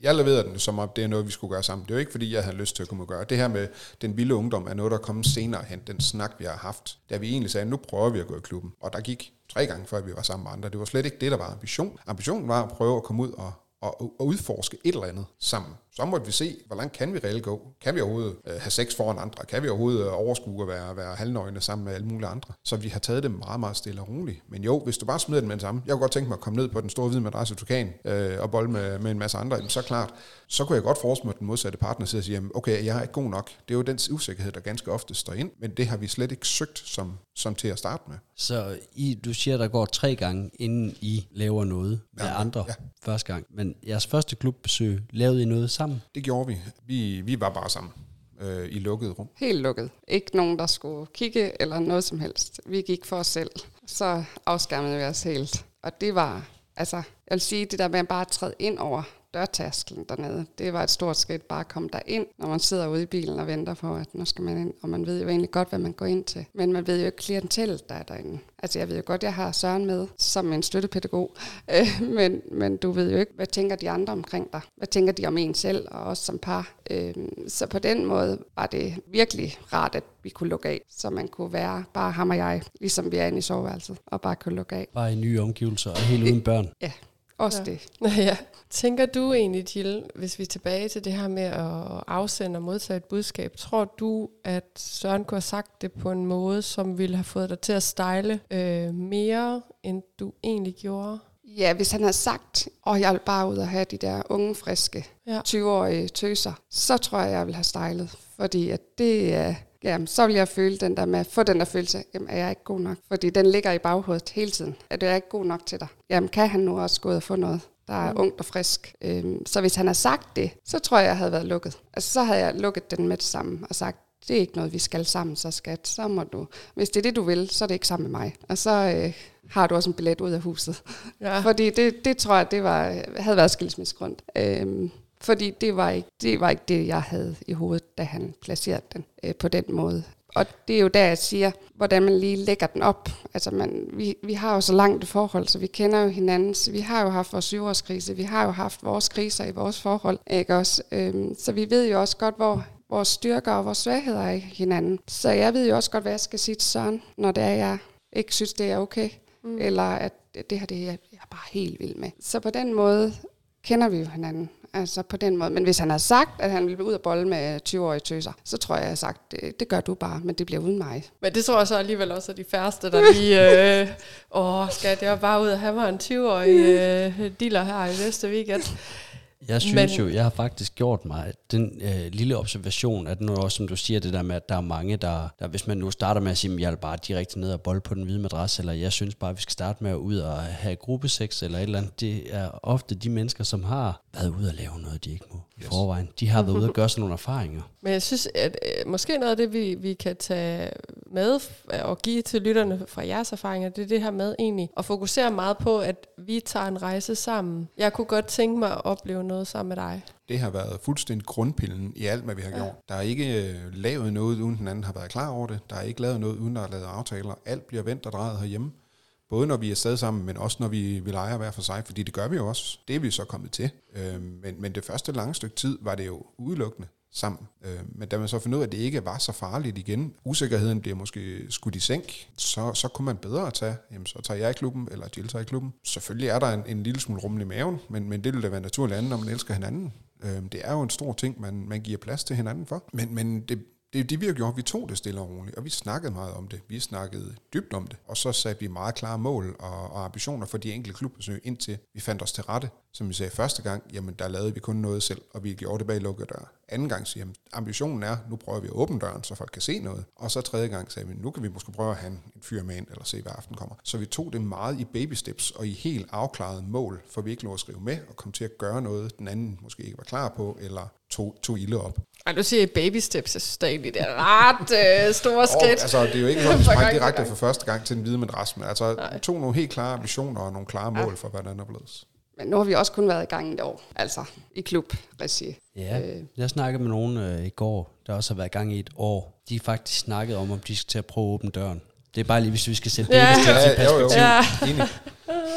jeg leverede den som om, det er noget, vi skulle gøre sammen. Det er jo ikke, fordi jeg havde lyst til at komme og gøre. Det her med den vilde ungdom er noget, der er kommet senere hen. Den snak, vi har haft, da vi egentlig sagde, nu prøver vi at gå i klubben. Og der gik tre gange, før vi var sammen med andre. Det var slet ikke det, der var ambition. Ambitionen var at prøve at komme ud og og, og udforske et eller andet sammen. Så måtte vi se, hvor langt kan vi reelt gå? Kan vi overhovedet øh, have sex foran andre? Kan vi overhovedet øh, overskue at være, være halvnøgne sammen med alle mulige andre? Så vi har taget det meget, meget stille og roligt. Men jo, hvis du bare smider den med det samme. Jeg kunne godt tænke mig at komme ned på den store hvide madras i Tukan øh, og bolle med, med en masse andre. Jamen, så klart, så kunne jeg godt forestille mig, at den modsatte partner sidder og siger, okay, jeg er ikke god nok. Det er jo den usikkerhed, der ganske ofte står ind, men det har vi slet ikke søgt som, som til at starte med. Så I, du siger, der går tre gange, inden I laver noget med ja, andre ja. første gang. Men jeres første klubbesøg, lavede I noget sammen? Det gjorde vi. Vi, vi var bare sammen øh, i lukket rum. Helt lukket. Ikke nogen, der skulle kigge eller noget som helst. Vi gik for os selv. Så afskærmede vi os helt. Og det var, altså, jeg vil sige, det der med at bare træde ind over dørtærsklen dernede, det var et stort skridt bare at komme derind, når man sidder ude i bilen og venter på, at nu skal man ind, og man ved jo egentlig godt, hvad man går ind til. Men man ved jo ikke klientellet, der er derinde. Altså jeg ved jo godt, jeg har Søren med som en støttepædagog, øh, men, men du ved jo ikke, hvad tænker de andre omkring dig? Hvad tænker de om en selv, og også som par? Øh, så på den måde var det virkelig rart, at vi kunne lukke af, så man kunne være bare ham og jeg, ligesom vi er inde i soveværelset, og bare kunne lukke af. Bare i nye omgivelser, og helt uden børn. Ja. Også ja. det. Ja. Tænker du egentlig, Jill, hvis vi er tilbage til det her med at afsende og modtage et budskab, tror du, at Søren kunne have sagt det på en måde, som ville have fået dig til at style øh, mere, end du egentlig gjorde? Ja, hvis han havde sagt, og jeg vil bare ud og have de der unge, friske, ja. tyve-årige tøser, så tror jeg, jeg ville have stylet. Fordi at det er... Jamen, så vil jeg føle den der med at få den der følelse, jamen er jeg ikke god nok? Fordi den ligger i baghovedet hele tiden. Er du ikke god nok til dig? Jamen kan han nu også gå ud og få noget, der er mm. ungt og frisk? Øhm, så hvis han har sagt det, så tror jeg, jeg havde været lukket. Altså så havde jeg lukket den med det samme og sagt, det er ikke noget, vi skal sammen, så skat, så må du. Hvis det er det, du vil, så er det ikke sammen med mig. Og så øh, har du også en billet ud af huset. Ja. Fordi det, det tror jeg, det var, havde været skilsmissegrund. Øhm, Fordi det var, ikke, det var ikke det, jeg havde i hovedet, da han placerede den øh, på den måde. Og det er jo der, jeg siger, hvordan man lige lægger den op. Altså man, vi, vi har jo så langt et forhold, så vi kender jo hinanden. Så vi har jo haft vores syvårskrise, vi har jo haft vores kriser i vores forhold. Ikke også? Øhm, så vi ved jo også godt, hvor vores styrker og vores svagheder er i hinanden. Så jeg ved jo også godt, hvad jeg skal sige til Søren, når det er, jeg ikke synes, det er okay. Mm. Eller at det her, det er jeg er bare helt vild med. Så på den måde kender vi jo hinanden. Altså på den måde. Men hvis han har sagt, at han ville ud og bolle med tyve-årige tøser, så tror jeg, jeg har sagt, det, det gør du bare, men det bliver uden mig. Men det tror jeg så alligevel også er de færreste, der lige, øh, åh skat, jeg var bare ud og have mig en tyve-årig øh, dealer her i næste weekend. Jeg synes Men, jo, jeg har faktisk gjort mig den øh, lille observation, at nu også, som du siger, det der med, at der er mange, der, der hvis man nu starter med at sige, at jeg vil bare direkte ned og bolle på den hvide madras, eller jeg synes bare, at vi skal starte med at ud og have gruppesex, eller et eller andet, det er ofte de mennesker, som har været ude og lave noget, de ikke må i yes. forvejen. De har været ude og gøre sådan nogle erfaringer. Men jeg synes, at øh, måske noget af det, vi, vi kan tage med og give til lytterne fra jeres erfaringer, det er det her med egentlig at fokusere meget på, at vi tager en rejse sammen. Jeg kunne godt tænke mig at opleve noget sammen med dig. Det har været fuldstændig grundpillen i alt, hvad vi har ja. gjort. Der er ikke øh, lavet noget, uden den anden har været klar over det. Der er ikke lavet noget, uden der er lavet aftaler. Alt bliver vendt og drejet herhjemme. Både når vi er stadig sammen, men også når vi, vi leger hver for sig, fordi det gør vi jo også. Det er vi så kommet til. Øh, men, men det første lange stykke tid var det jo udelukkende sammen. Øh, men da man så fandt ud af, at det ikke var så farligt igen, usikkerheden bliver måske skudt i sænk, så, så kunne man bedre tage, jamen så tager jeg i klubben, eller Jill tager i klubben. Selvfølgelig er der en, en lille smule rummel i maven, men, men det vil da være naturligt andet, når man elsker hinanden. Øh, det er jo en stor ting, man, man giver plads til hinanden for. Men, men det Det er det, vi har gjort. Vi tog det stille og roligt, og vi snakkede meget om det. Vi snakkede dybt om det, og så satte vi meget klare mål og, og ambitioner for de enkelte klubbesøg, indtil vi fandt os til rette. Som vi sagde første gang, jamen der lavede vi kun noget selv, og vi gjorde det bag lukkede døre. Anden gang siger vi, ambitionen er, nu prøver vi at åbne døren, så folk kan se noget. Og så tredje gang sagde vi, nu kan vi måske prøve at have en fyr med ind, eller se, hvad aften kommer. Så vi tog det meget i baby steps, og i helt afklarede mål, for vi ikke lå at skrive med, og kom til at gøre noget, den anden måske ikke var klar på, eller tog, tog ilde op. Ej, du siger baby steps, jeg synes da egentlig, det er ret øh, store skridt. Oh, altså, det er jo ikke sådan, at vi sprang direkte for første gang til den hvide madras, men altså, vi tog nogle helt klare ambitioner og nogle klare mål for, hvordan der er blevet. Men nu har vi også kun været i gang et år, altså i klubregi. Ja, øh. jeg snakkede med nogen øh, i går, der også har været i gang i et år. De faktisk snakket om, om de skal til at prøve at åbne døren. Det er bare lige, hvis vi skal sætte det ja. i perspektiv. Ja, jo, jo. Ja.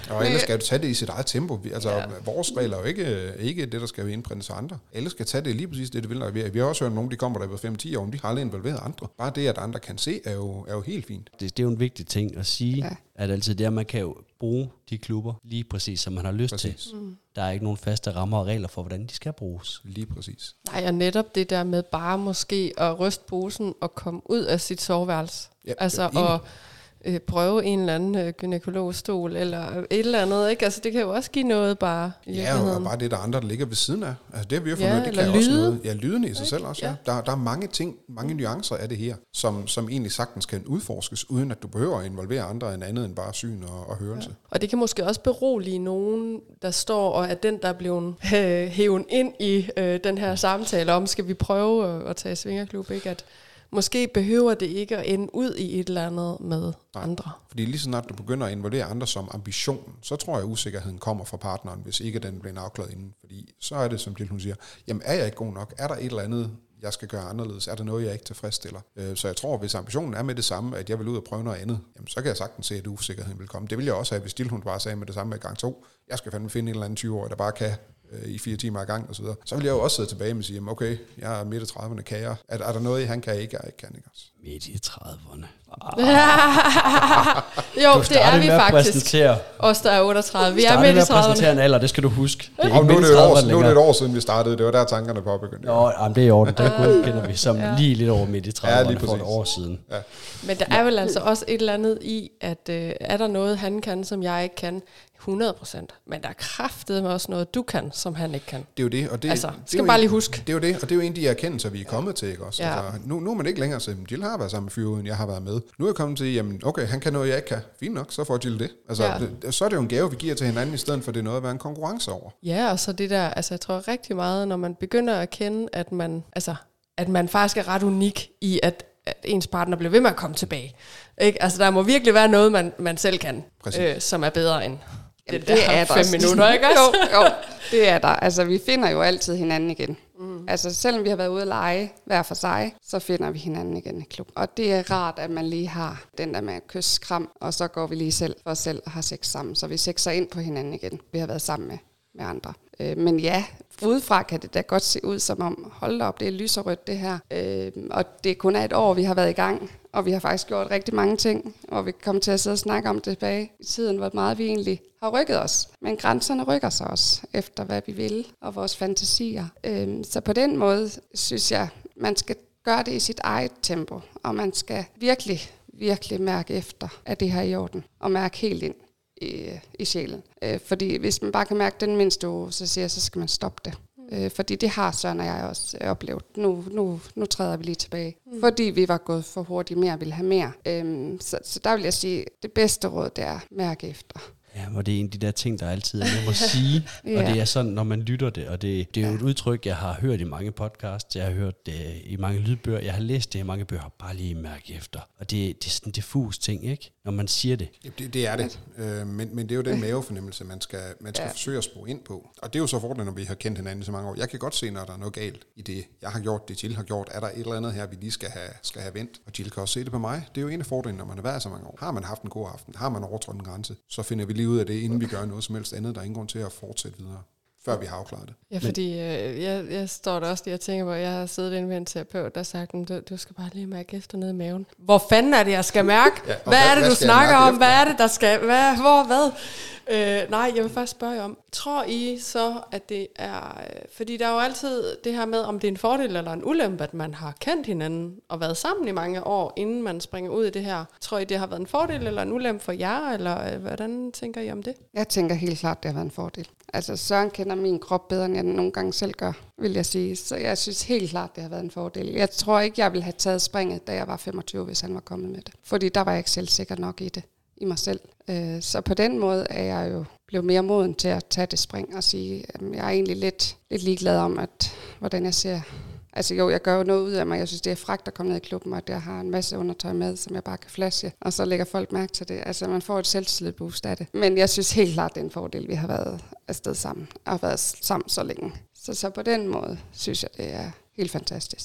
Og alle skal tage det i sit eget tempo. Vi, altså, Ja. vores regler er jo ikke, ikke det, der skal indprintes af andre. Alle skal tage det lige præcis det, de vil. Vi, vi har også hørt nogen, de kommer der ved fem til ti år, de har aldrig involveret andre. Bare det, at andre kan se, er jo, er jo helt fint. Det, det er jo en vigtig ting at sige, Ja. ja. at altid det er, man kan jo bruge de klubber lige præcis, som man har lyst Præcis. til. Mm. Der er ikke nogen faste rammer og regler for, hvordan de skal bruges. Lige præcis. Nej, og netop det der med bare måske at ryste posen og komme ud af sit soveværelse. Ja, Altså enig. at øh, prøve en eller anden øh, gynekologstol eller et eller andet, ikke? Altså det kan jo også give noget bare i Ja, virkeligheden. og bare det, der er andre, der ligger ved siden af. Altså det har vi jo Ja, fundet, det eller kan også lyde. noget. Ja, lydene i sig selv også, ja. Ja. Der, der er mange ting, mange nuancer af det her, som, som egentlig sagtens kan udforskes, uden at du behøver at involvere andre end andet end bare syn og, og hørelse. Ja. Og det kan måske også berolige nogen, der står og er den, der er blevet øh, hævet ind i øh, den her samtale om, skal vi prøve at, at tage svingerklub, ikke? At måske behøver det ikke at ende ud i et eller andet med Nej. andre. Fordi lige så snart du begynder at involvere andre som ambition, så tror jeg, at usikkerheden kommer fra partneren, hvis ikke den bliver afklaret inden. Fordi så er det, som Jill hun siger, jamen er jeg ikke god nok? Er der et eller andet, jeg skal gøre anderledes? Er der noget, jeg ikke tilfredsstiller? Øh, Så jeg tror, hvis ambitionen er med det samme, at jeg vil ud og prøve noget andet, jamen så kan jeg sagtens se, at usikkerheden vil komme. Det vil jeg også have, hvis Jill hun bare sagde med det samme med gang to. Jeg skal fandme finde en eller anden tyve-årig, der bare kan øh, i fire timer i gang og så videre. Så vil jeg jo også sidde tilbage med at sige, jamen okay, jeg er midt i trediverne, kan jeg? Er, er der noget, han kan ikke, jeg ikke kan? Ikke også? Midt i trediverne. Jo, Du det er startede vi med at faktisk. præsentere, Os, der er otteogtredive. Vi du er startede midt med i at præsentere trediverne. en alder, det skal du huske. Det er ikke Og nu er midt i det et år, trediverne nu er det længere. et år siden, vi startede. Det var der, tankerne påbegyndte. Jo, jamen, det er i orden. Der godkender vi som Ja. lige lidt over midt i trediverne lige for et præcis. år siden. Ja. Men der er vel altså også et eller andet i, at øh, er der noget, han kan, som jeg ikke kan? hundrede procent. Men der er kraftedeme også noget, du kan, som han ikke kan. Det er jo det, og det, Altså, det er skal jo bare en- lige huske. Det er jo det, og det er jo en af de erkendelser, vi er kommet til, ikke også? Ja. Altså, nu, nu er man ikke længere til, Jill har været sammen med fyren, jeg har været med. Nu er jeg kommet til, jamen okay, han kan noget, jeg ikke kan. Fint nok, så får Jill det. Altså, Ja. det, så er det jo en gave, vi giver til hinanden, i stedet for det er noget at være en konkurrence over. Ja, og så det der, altså jeg tror rigtig meget, når man begynder at kende, at man, altså, at man faktisk er ret unik i, at, at ens partner bliver ved med at komme tilbage. Ikke? Altså der må virkelig være noget, man, man selv kan, øh, som er bedre end Jamen, det, det der er fem der. minutter, ikke også? jo, jo, det er der. Altså, vi finder jo altid hinanden igen. Mm. Altså, selvom vi har været ude at lege hver for sig, så finder vi hinanden igen i klub. Og det er rart, at man lige har den der med at kysse, kram, og så går vi lige selv for os selv og har sex sammen. Så vi sexer ind på hinanden igen. Vi har været sammen med, med andre. Øh, men ja, udefra kan det da godt se ud som om, hold da op, det er lyserødt det her. Øh, og det kun er et år, vi har været i gang. Og vi har faktisk gjort rigtig mange ting, og vi kommer til at sidde og snakke om det tilbage i tiden, hvor meget vi egentlig har rykket os. Men grænserne rykker sig også efter, hvad vi vil, og vores fantasier. Øhm, så på den måde synes jeg, man skal gøre det i sit eget tempo, og man skal virkelig, virkelig mærke efter, at det her er i orden, og mærke helt ind i, i sjælen. Øh, fordi hvis man bare kan mærke den mindste uge, så siger jeg, så skal man stoppe det. Øh, fordi det har Søren og jeg også øh, oplevet. Nu, nu, nu træder vi lige tilbage. Mm. Fordi vi var gået for hurtigt mere og ville have mere. Øhm, så, så der vil jeg sige, det bedste råd, det er mærke efter. Ja, og det er en af de der ting, der altid er nemt at sige, Ja. og det er sådan, når man lytter det, og det, det er jo et udtryk, jeg har hørt i mange podcasts, jeg har hørt det i mange lydbøger, jeg har læst det i mange bøger, bare lige mærke efter. Og det, det er sådan en diffus ting, ikke? Når man siger det. Ja, det, det er det, øh, men, men det er jo den mavefornemmelse, man skal, man skal ja. forsøge at spore ind på. Og det er jo så fordelen, når vi har kendt hinanden i så mange år. Jeg kan godt se, når der er noget galt i det, jeg har gjort, det Jill har gjort. Er der et eller andet her, vi lige skal have, skal have vendt? Og Jill kan også se det på mig. Det er jo en af fordelene, når man har været så mange år. Har man haft en god aften, har man overtrådt en grænse, så finder vi lige ud af det, inden vi gør noget som helst andet. Der er ingen grund til at fortsætte videre, før vi har afklaret det. Ja, fordi øh, jeg, jeg står der også lige og tænker på, at jeg har siddet inde ved en terapeut, der har sagt, du, du skal bare lige mærke efter nede i maven. Hvor fanden er det, jeg skal mærke? Ja, ja, og hvad hvad- er det, hvad du skal jeg snakker mærke om? efter? Hvad er det, der skal... Hvad, hvor, hvad? Øh, nej, jeg vil faktisk spørge jer om, tror I så, at det er... øh, Fordi der er jo altid det her med, om det er en fordel eller en ulempe, at man har kendt hinanden og været sammen i mange år, inden man springer ud i det her. Tror I, det har været en fordel eller en ulempe for jer, eller øh, hvordan tænker I om det? Jeg tænker helt klart, det har været en fordel. Altså Søren kender min krop bedre, end jeg nogle gange selv gør, vil jeg sige. Så jeg synes helt klart, det har været en fordel. Jeg tror ikke, jeg ville have taget springet, da jeg var femogtyve, hvis han var kommet med det. Fordi der var jeg ikke selv sikker nok i det, i mig selv. Så på den måde er jeg jo blevet mere moden til at tage det spring og sige, at jeg er egentlig lidt, lidt ligeglad om, at, hvordan jeg ser. Altså jo, jeg gør jo noget ud af mig. Jeg synes, det er fragt at komme ned i klubben, og jeg har en masse undertøj med, som jeg bare kan flashe. Og så lægger folk mærke til det. Altså man får et selvtillid-boost af det. Men jeg synes helt klart, det er en fordel, vi har været afsted sammen. Og har været sammen så længe. Så, så på den måde synes jeg, det er helt fantastisk.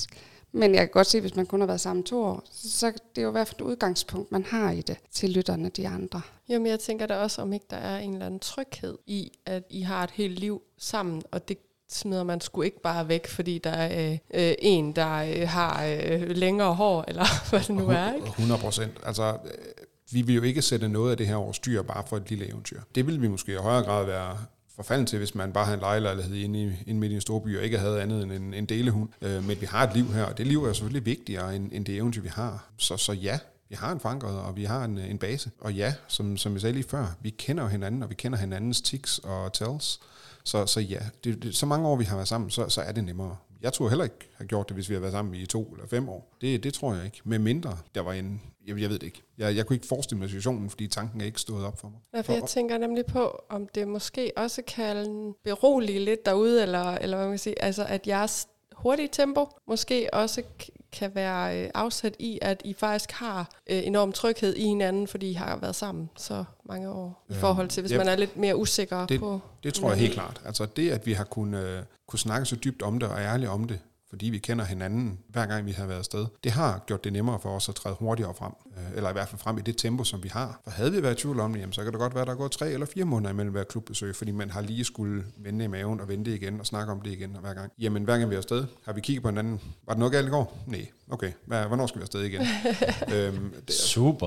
Men jeg kan godt se, hvis man kun har været sammen to år, så, så det er jo i hvert fald et udgangspunkt, man har i det til lytterne, de andre. Jamen, jeg tænker da også, om ikke der er en eller anden tryghed i, at I har et helt liv sammen, og det smider man sgu ikke bare væk, fordi der er øh, en, der øh, har øh, længere hår, eller hvad det nu er, ikke? hundrede procent. Altså, øh, vi vil jo ikke sætte noget af det her over styr bare for et lille eventyr. Det vil vi måske i højere grad være forfalden til, hvis man bare havde en lejelejlighed inde, i, inde midt i en stor by, og ikke havde andet end en, en delehund. Øh, men vi har et liv her, og det liv er selvfølgelig vigtigere end, end det eventyr, vi har. Så, så ja, vi har en forankret, og vi har en, en base. Og ja, som, som jeg sagde lige før, vi kender jo hinanden, og vi kender hinandens tics og tells. Så, så ja, det, det, så mange år vi har været sammen, så, så er det nemmere. Jeg tror heller ikke have gjort det, hvis vi har været sammen i to eller fem år. Det, det tror jeg ikke. Med mindre, der var en... Jeg, jeg ved det ikke. Jeg, jeg kunne ikke forestille mig situationen, fordi tanken er ikke stået op for mig. Ja, for jeg tænker nemlig på, om det måske også kan berolige lidt derude, eller, eller hvad man kan sige, altså at jeres hurtige tempo måske også kan være øh, afsat i, at I faktisk har øh, enorm tryghed i hinanden, fordi I har været sammen så mange år, i forhold til, hvis ja, man er lidt mere usikker det, på... Det tror jeg helt klart. Altså det, at vi har kunnet, øh, kunne snakke så dybt om det, og ærligt om det, fordi vi kender hinanden, hver gang vi har været afsted, det har gjort det nemmere for os at træde hurtigere frem, øh, eller i hvert fald frem i det tempo, som vi har. For havde vi været i tvivl om det, jamen, så kan det godt være, at der er gået tre eller fire måneder imellem hver klubbesøg, fordi man har lige skulle vende i maven og vente igen og snakke om det igen hver gang. Jamen hver gang vi er afsted, har vi kigget på hinanden. Var det noget galt i går? Nej. Okay. Hvornår skal vi afsted igen? øhm, det, Super.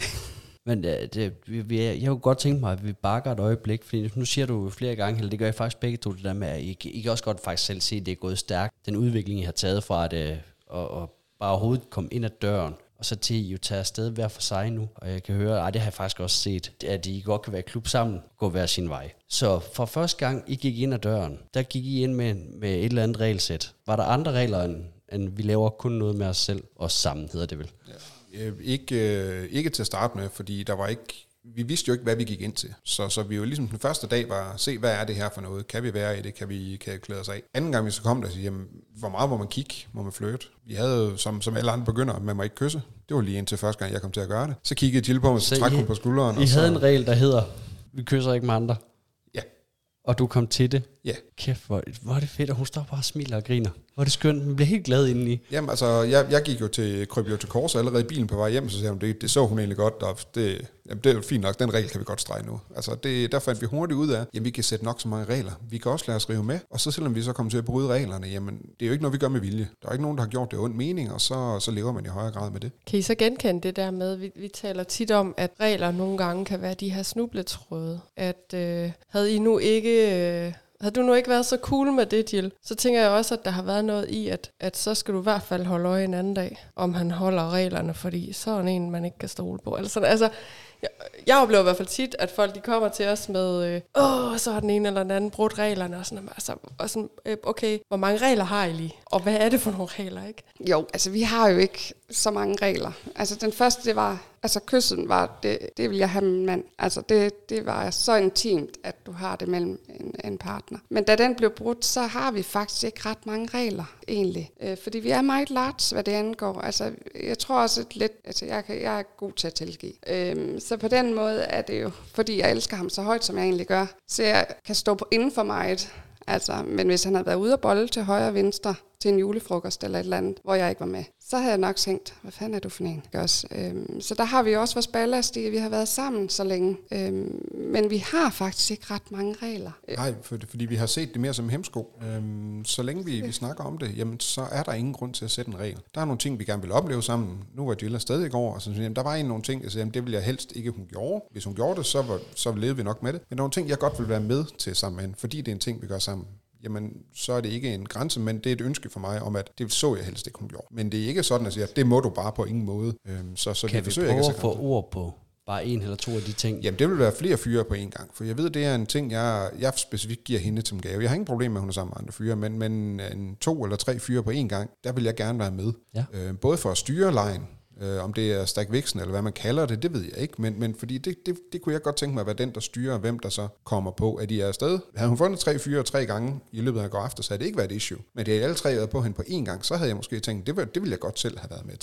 Men det, vi, vi, jeg kunne godt tænke mig, at vi bakker et øjeblik, fordi nu siger du flere gange, eller det gør jeg faktisk begge to, det der med, at I, I kan også godt faktisk selv se, at det er gået stærkt. Den udvikling, I har taget fra at og, og bare overhovedet komme ind ad døren, og så til I jo tager afsted hver for sig nu. Og jeg kan høre, at det har jeg faktisk også set, at I godt kan være i klub sammen, gå hver sin vej. Så for første gang, I gik ind ad døren, der gik I ind med, med et eller andet regelsæt. Var der andre regler, end, end vi laver kun noget med os selv, og sammen hedder det vel? Ja. Øh, ikke, øh, ikke til at starte med, fordi der var ikke, vi vidste jo ikke, hvad vi gik ind til. Så, så vi jo ligesom den første dag var, se, hvad er det her for noget? Kan vi være i det? Kan vi kan klæde os af? Anden gang vi så kom der og sige, jamen, hvor meget må man kigge? Må man flirte? Vi havde jo, som, som alle andre begynder, man må ikke kysse. Det var lige indtil første gang, jeg kom til at gøre det. Så kiggede Jill på mig, så trak hun på skulderen. I og så, havde en regel, der hedder, vi kysser ikke med andre. Ja. Og du kom til det? Ja. Kæft, hvor, hvor er det fedt, og hun står bare og smiler og griner. Hvor er det skønt, man bliver helt glad indeni. Jamen altså, jeg, jeg gik jo til, kryb jo til kors allerede i bilen på vej hjem, så sagde hun, det, det så hun egentlig godt, og det, jamen, det er jo fint nok, den regel kan vi godt strege nu. Altså, det, der fandt vi hurtigt ud af, jamen vi kan sætte nok så mange regler. Vi kan også lade os rive med, og så selvom vi så kommer til at bryde reglerne, jamen det er jo ikke noget, vi gør med vilje. Der er ikke nogen, der har gjort det ondt mening, og så, så lever man i højere grad med det. Kan I så genkende det der med, vi, vi taler tit om, at regler nogle gange kan være de her snubletråde, at øh, havde I nu ikke... Øh, Havde du nu ikke været så cool med det, Jill, så tænker jeg også, at der har været noget i, at, at så skal du i hvert fald holde øje en anden dag, om han holder reglerne, fordi så er en, man ikke kan stole på. Altså, altså jeg, jeg oplever i hvert fald tit, at folk de kommer til os med, øh, åh, så har den ene eller den anden brudt reglerne, og sådan, altså, og sådan øh, okay, hvor mange regler har I lige? Og hvad er det for nogle regler, ikke? Jo, altså vi har jo ikke så mange regler. Altså den første, det var, altså kyssen var, det, det vil jeg have med min mand. Altså det, det var så intimt, at du har det mellem en, en partner. Men da den blev brudt, så har vi faktisk ikke ret mange regler, egentlig. Øh, fordi vi er meget large, hvad det angår. Altså jeg tror også et lidt, altså jeg, kan, jeg er god til at tilgive. Øh, så på den måde er det jo, fordi jeg elsker ham så højt, som jeg egentlig gør, så jeg kan stå på inden for meget. Altså, men hvis han havde været ude og bolle til højre og venstre til en julefrokost eller et eller andet, hvor jeg ikke var med, så havde jeg nok tænkt, hvad fanden er du for en? Øhm, så der har vi også vores ballast i, vi har været sammen så længe. Øhm, men vi har faktisk ikke ret mange regler. Nej, for det, fordi vi har set det mere som hemsko. Øhm, så længe vi, vi snakker om det, jamen, så er der ingen grund til at sætte en regel. Der er nogle ting, vi gerne vil opleve sammen. Nu var Jill stadig i går, og så, jamen, der var en nogle ting, jeg sagde, jamen, det ville jeg helst ikke, hun gjorde. Hvis hun gjorde det, så, var, så levede vi nok med det. Men der er nogle ting, jeg godt vil være med til sammen med hende, fordi det er en ting, vi gør sammen. Jamen, så er det ikke en grænse, men det er et ønske for mig om, at det så jeg helst ikke, hun gjorde. Men det er ikke sådan at sige, at det må du bare på ingen måde. Øhm, så, så kan vi prøve at, at få ord på bare en eller to af de ting? Jamen, det vil være flere fyre på en gang, for jeg ved, det er en ting, jeg, jeg specifikt giver hende som gave. Jeg har ingen problem med, at hun er sammen med andre fyre, men, men en to eller tre fyre på en gang, der vil jeg gerne være med. Ja. Øh, både for at styre lejen, Øh, om det er stagvæksten, eller hvad man kalder det, det ved jeg ikke, men, men fordi det, det, det kunne jeg godt tænke mig at være den, der styrer, hvem der så kommer på, at de er afsted. Havde hun fundet tre fyre tre gange i løbet af går after, så havde det ikke været et issue. Men det havde alle tre været på hende på én gang, så havde jeg måske tænkt, det, var, det ville jeg godt selv have været med til.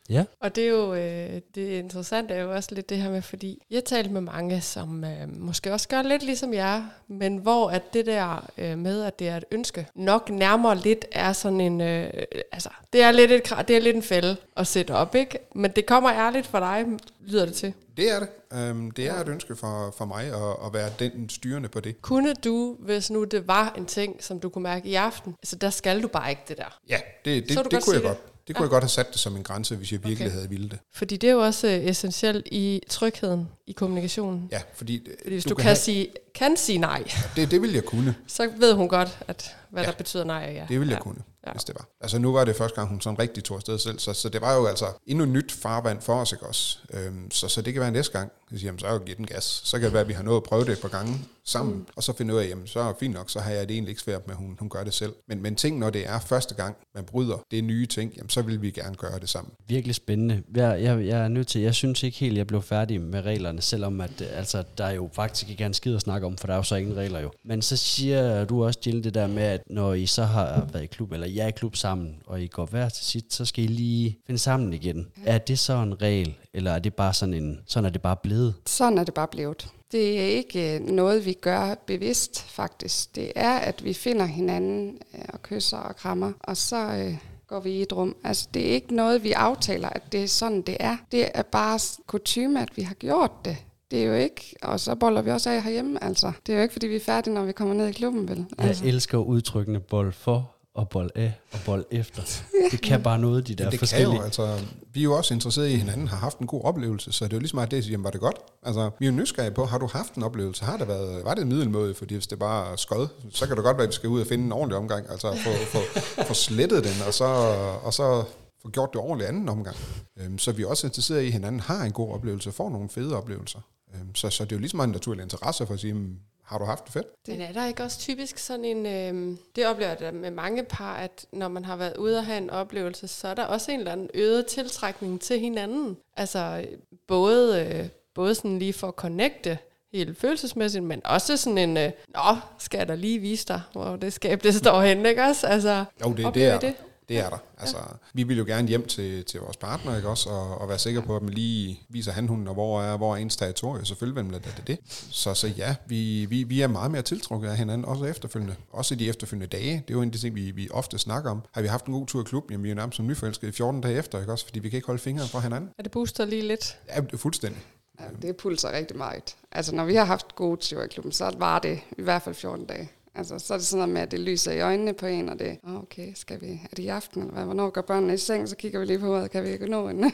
Ja. Og det er jo, øh, det interessante er jo også lidt det her med, fordi jeg talte med mange, som øh, måske også gør lidt ligesom jer, men hvor at det der øh, med, at det er et ønske, nok nærmere lidt er sådan en, øh, altså det er lidt, et, det er lidt en fælde at sætte op, ikke? Men det kommer ærligt for dig, lyder det til. Det er det. Um, det er et ønske for, for mig at, at være den styrende på det. Kunne du, hvis nu det var en ting, som du kunne mærke i aften, altså der skal du bare ikke det der? Ja, det, det, det, det kunne jeg godt. Det kunne ja. jeg godt have sat det som en grænse, hvis jeg virkelig okay. havde ville det. Fordi det er jo også uh, essentielt i trygheden, i kommunikationen. Ja, fordi... fordi hvis du, du kan, kan, have, sige, kan sige nej, det, det vil jeg kunne. Så ved hun godt, at, hvad ja. der betyder nej. Ja. Det vil jeg ja. kunne, ja. hvis det var. Altså nu var det første gang, hun sådan rigtig tog afsted selv, så, så det var jo altså endnu nyt farvand for os, ikke også? Øhm, så, så det kan være næste gang, jeg siger, så er jeg jo givet den gas. Så kan det være, at vi har nået at prøve det et par gange sammen, mm. og så finde ud af, jamen så er det fint nok, så har jeg det egentlig ikke svært med, at hun, hun gør det selv. Men, men ting, når det er første gang, man bryder, det er nye ting, jamen så vil vi gerne gøre det sammen. Virkelig spændende. Jeg, jeg, jeg er nødt til, jeg synes ikke helt, jeg blev færdig med reglerne, selvom at, altså, der er jo faktisk ikke en skid at snakke om, for der er jo så ingen regler jo. Men så siger du også, Jill, det der med, at når I så har været i klub, eller jeg er i klub sammen, og I går hver til sit, så skal I lige finde sammen igen. Ja. Er det så en regel, eller er det bare sådan en, sådan er det bare blevet? Sådan er det bare blevet. Det er ikke noget, vi gør bevidst, faktisk. Det er, at vi finder hinanden og kysser og krammer, og så øh, går vi i et rum. Altså, det er ikke noget, vi aftaler, at det er sådan, det er. Det er bare kutyme, at vi har gjort det. Det er jo ikke, og så boller vi også af herhjemme, altså. Det er jo ikke, fordi vi er færdige, når vi kommer ned i klubben, vel? Altså. Jeg elsker udtrykkene bold for og bold af og bold efter. Det kan bare noget, de der ja, det forskellige. Kan jo, altså, vi er jo også interesserede i hinanden, har haft en god oplevelse, så det er jo ligesom at det siger, var det godt? Altså, vi er jo nysgerrige på, har du haft en oplevelse? Har det været, var det en middelmåde? Fordi hvis det bare er skod, så kan det godt være, at vi skal ud og finde en ordentlig omgang, altså få, få, få slettet den, og så, og så få gjort det ordentligt anden omgang. Øhm, så vi er også interesserede i, at hinanden har en god oplevelse, får nogle fede oplevelser. Øhm, så, så det er jo ligesom en naturlig interesse for at sige, har du haft det fedt? Men er der ikke også typisk sådan en, øh, det oplever jeg med mange par, at når man har været ude og have en oplevelse, så er der også en eller anden øget tiltrækning til hinanden. Altså både, øh, både sådan lige for at connecte helt følelsesmæssigt, men også sådan en, øh, nå, skal jeg da lige vise dig, hvor det skab det står henne, ikke også? Altså, jo, det, det er det. Det er der. Altså, ja. Vi vil jo gerne hjem til, til vores partner, ikke også, og, og være sikre på, at man lige viser hanhunden, og hvor er, hvor er ens territorie, selvfølgelig vil det det. Så, så ja, vi, vi, vi er meget mere tiltrukket af hinanden, også efterfølgende. Også i de efterfølgende dage. Det er jo en af de ting, vi, vi ofte snakker om. Har vi haft en god tur i klubben, jamen vi er jo nærmest som nyforelskede fjorten dage efter, ikke også, fordi vi kan ikke holde fingre fra hinanden. Er det booster lige lidt? Ja, det er fuldstændig. Ja, det pulser rigtig meget. Altså, når vi har haft gode ture i klubben, så var det i hvert fald fjorten dage. Altså, så er det sådan noget med, at det lyser i øjnene på en, og det er, okay, skal vi, er det i aften, eller hvad? Hvornår går børnene i seng, så kigger vi lige på hovedet, kan vi ikke nå hende?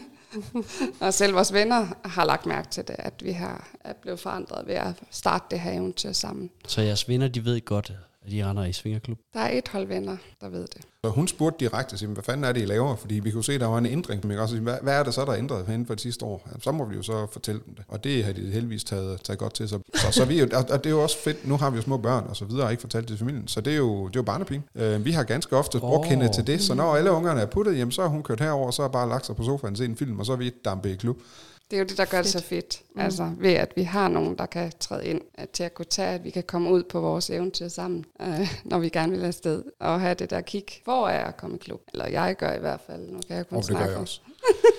Og selv vores venner har lagt mærke til det, at vi har, er blevet forandret ved at starte det her eventyr sammen. Så jeres venner, de ved godt, at de render i svingerklub? Der er et hold venner, der ved det. Så hun spurgte direkte, hvad fanden er det, I laver? Fordi vi kunne se, at der var en ændring. Men også, hvad, hvad er det så, der er ændret inden for det sidste år? Så må vi jo så fortælle dem det. Og det har de heldigvis taget, taget godt til sig. Så, så vi, og det er jo også fedt. Nu har vi jo små børn og så videre, og ikke fortalt til familien. Så det er jo, det er jo barnepige. Uh, vi har ganske ofte brugt oh. hende til det. Så når alle ungerne er puttet hjem, så har hun kørt herover, så har bare lagt sig på sofaen og set en film, og så er vi et dampe i klub. Det er jo det, der gør det så fedt. Mm. Altså ved at vi har nogen, der kan træde ind til at kunne tage, at vi kan komme ud på vores eventyr sammen, øh, når vi gerne vil afsted. Og have det der kig. Hvor er jeg at komme i klub? Eller jeg gør i hvert fald. Nu kan jeg kun oh, snakke. Det gør jeg også.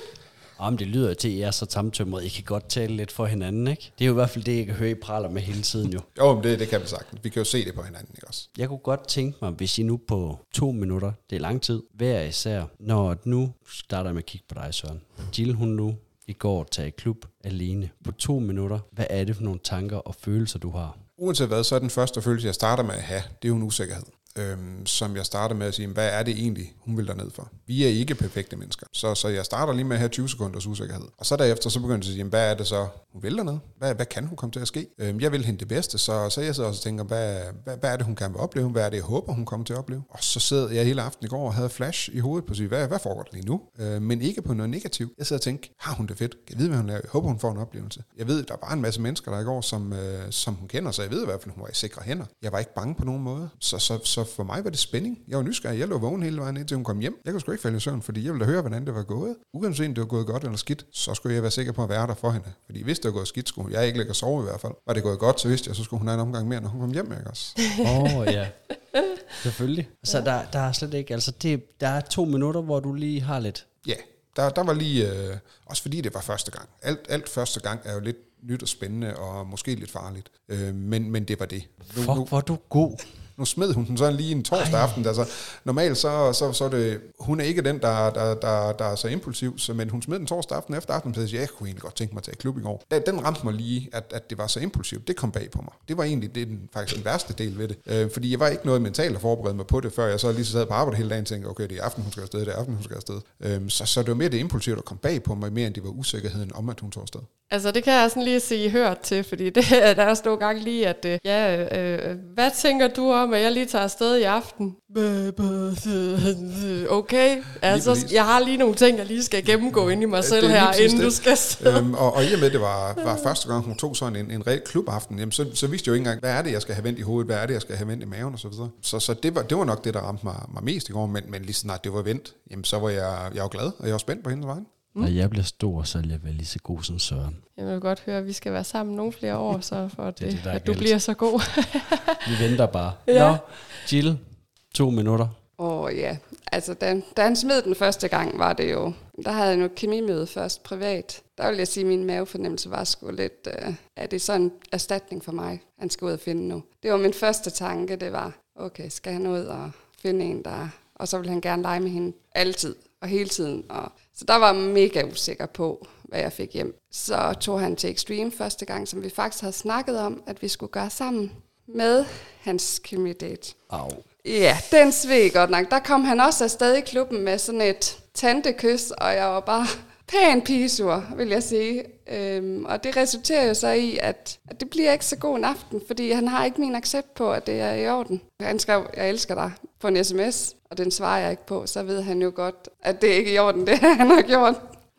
Om det lyder til, at I er så samtømret, I kan godt tale lidt for hinanden, ikke? Det er jo i hvert fald det, jeg kan høre, I praler med hele tiden jo. Jo, men det, det kan vi sagtens. Vi kan jo se det på hinanden, ikke også? Jeg kunne godt tænke mig, hvis I nu på to minutter, det er lang tid, hver især, når nu starter jeg med at kigge på dig, Søren. Jill, hun nu i går tage i klub alene på to minutter. Hvad er det for nogle tanker og følelser, du har? Uanset hvad, så er den første følelse, jeg starter med at have, det er jo en usikkerhed. Øhm, som jeg starter med at sige, hvad er det egentlig, hun vil derned for? Vi er ikke perfekte mennesker, så, så jeg starter lige med at have tyve sekunders usikkerhed. Og så derefter, så begynder jeg at sige, hvad er det så, hun vil derned? Hvad, hvad kan hun komme til at ske? Øhm, jeg vil hende det bedste, så, så jeg sidder også og tænker, hvad, hvad, hvad er det, hun gerne vil opleve? Hvad er det, jeg håber, hun kommer til at opleve? Og så sidder jeg hele aftenen i går og havde flash i hovedet på at sige, hvad, hvad foregår der lige nu? Øhm, men ikke på noget negativt. Jeg sidder og tænker, har hun det fedt? Jeg ved, hvad hun laver. Jeg håber, hun får en oplevelse. Jeg ved, der var en masse mennesker der i går, som, øh, som hun kender, så jeg ved i hvert fald, hun var i sikre hænder. Jeg var ikke bange på nogen måde. Så, så, så for mig var det spændende. Jeg var nysgerrig. Jeg lå vågen hele vejen indtil hun kom hjem. Jeg kunne sgu ikke falde i søvn, fordi jeg ville da høre, hvordan det var gået. Uanset om det var gået godt eller skidt, så skulle jeg være sikker på at være der for hende. Fordi hvis det var gået skidt, skulle jeg ikke ligge og sove i hvert fald. Var det gået godt, så vidste jeg, så skulle hun have en omgang mere, når hun kom hjem, ikke også? Åh, oh, ja. Selvfølgelig. Så ja. der, der er slet ikke, altså det, der er to minutter, hvor du lige har lidt. Ja, der, der var lige, øh, også fordi det var første gang. Alt, alt første gang er jo lidt nyt og spændende, og måske lidt farligt. Øh, men, men det var det. Nu, Fuck, nu, hvor er du god. Nu smed hun den sådan lige en torsdag aften. Altså, normalt så, så, så er det, hun er ikke den, der, der, der, der er så impulsiv, så, men hun smed den torsdag aften efter aftenen, så jeg, jeg kunne egentlig godt tænke mig at tage i klub i går. Den, den ramte mig lige, at, at det var så impulsivt. Det kom bag på mig. Det var egentlig det, den, faktisk den værste del ved det. Øh, fordi jeg var ikke noget mentalt at forberede mig på det, før jeg så lige så sad på arbejde hele dagen og tænkte, okay, det er aften, hun skal afsted, det er aften, hun skal afsted. Øh, så, så det var mere det impulsivt, der kom bag på mig, mere end det var usikkerheden om, at hun tog afsted. Altså det kan jeg sådan lige sige hørt til, fordi det, der er også nogle gange lige, at øh, ja, øh, hvad tænker du om, at jeg lige tager afsted i aften? Okay, altså jeg har lige nogle ting, jeg lige skal gennemgå ind i mig selv her, inden det. Du skal afsted. Øhm, og, og i og med, det var, var første gang, hun tog sådan en, en reel klubaften, jamen, så, så vidste jeg jo ikke engang, hvad er det, jeg skal have vendt i hovedet, hvad er det, jeg skal have vendt i maven og så videre. Så, så det, var, det var nok det, der ramte mig, mig mest i går, men, men lige snart det var vendt, jamen, så var jeg, jeg var glad, og jeg var spændt på hendes vejen. Mm. Når jeg bliver stor, så er jeg vel lige så god som Søren. Jeg vil godt høre, at vi skal være sammen nogle flere år, så for det, det, det at du galt. bliver så god. Vi venter bare. Ja. Nå, Jill, to minutter. Åh oh, ja, altså da, da han smed den første gang, var det jo, der havde jeg jo kemimøde først privat. Der vil jeg sige, at min mavefornemmelse var sgu lidt, uh, at det er sådan en erstatning for mig, han skal ud og finde nu. Det var min første tanke, det var, okay, skal han ud og finde en, der, og så vil han gerne lege med hende altid og hele tiden. Og, så der var jeg mega usikker på, hvad jeg fik hjem. Så tog han til Extreme første gang, som vi faktisk havde snakket om, at vi skulle gøre sammen med hans kemidate. Au. Ja, den sved godt nok. Der kom han også afsted i klubben med sådan et tantekys, og jeg var bare pæn pigesur, vil jeg sige. Øhm, og det resulterer jo så i, at, at det bliver ikke så god en aften, fordi han har ikke min accept på, at det er i orden. Han skrev, jeg elsker dig, på en sms, og den svarer jeg ikke på, så ved han jo godt, at det ikke er i orden, det han har gjort.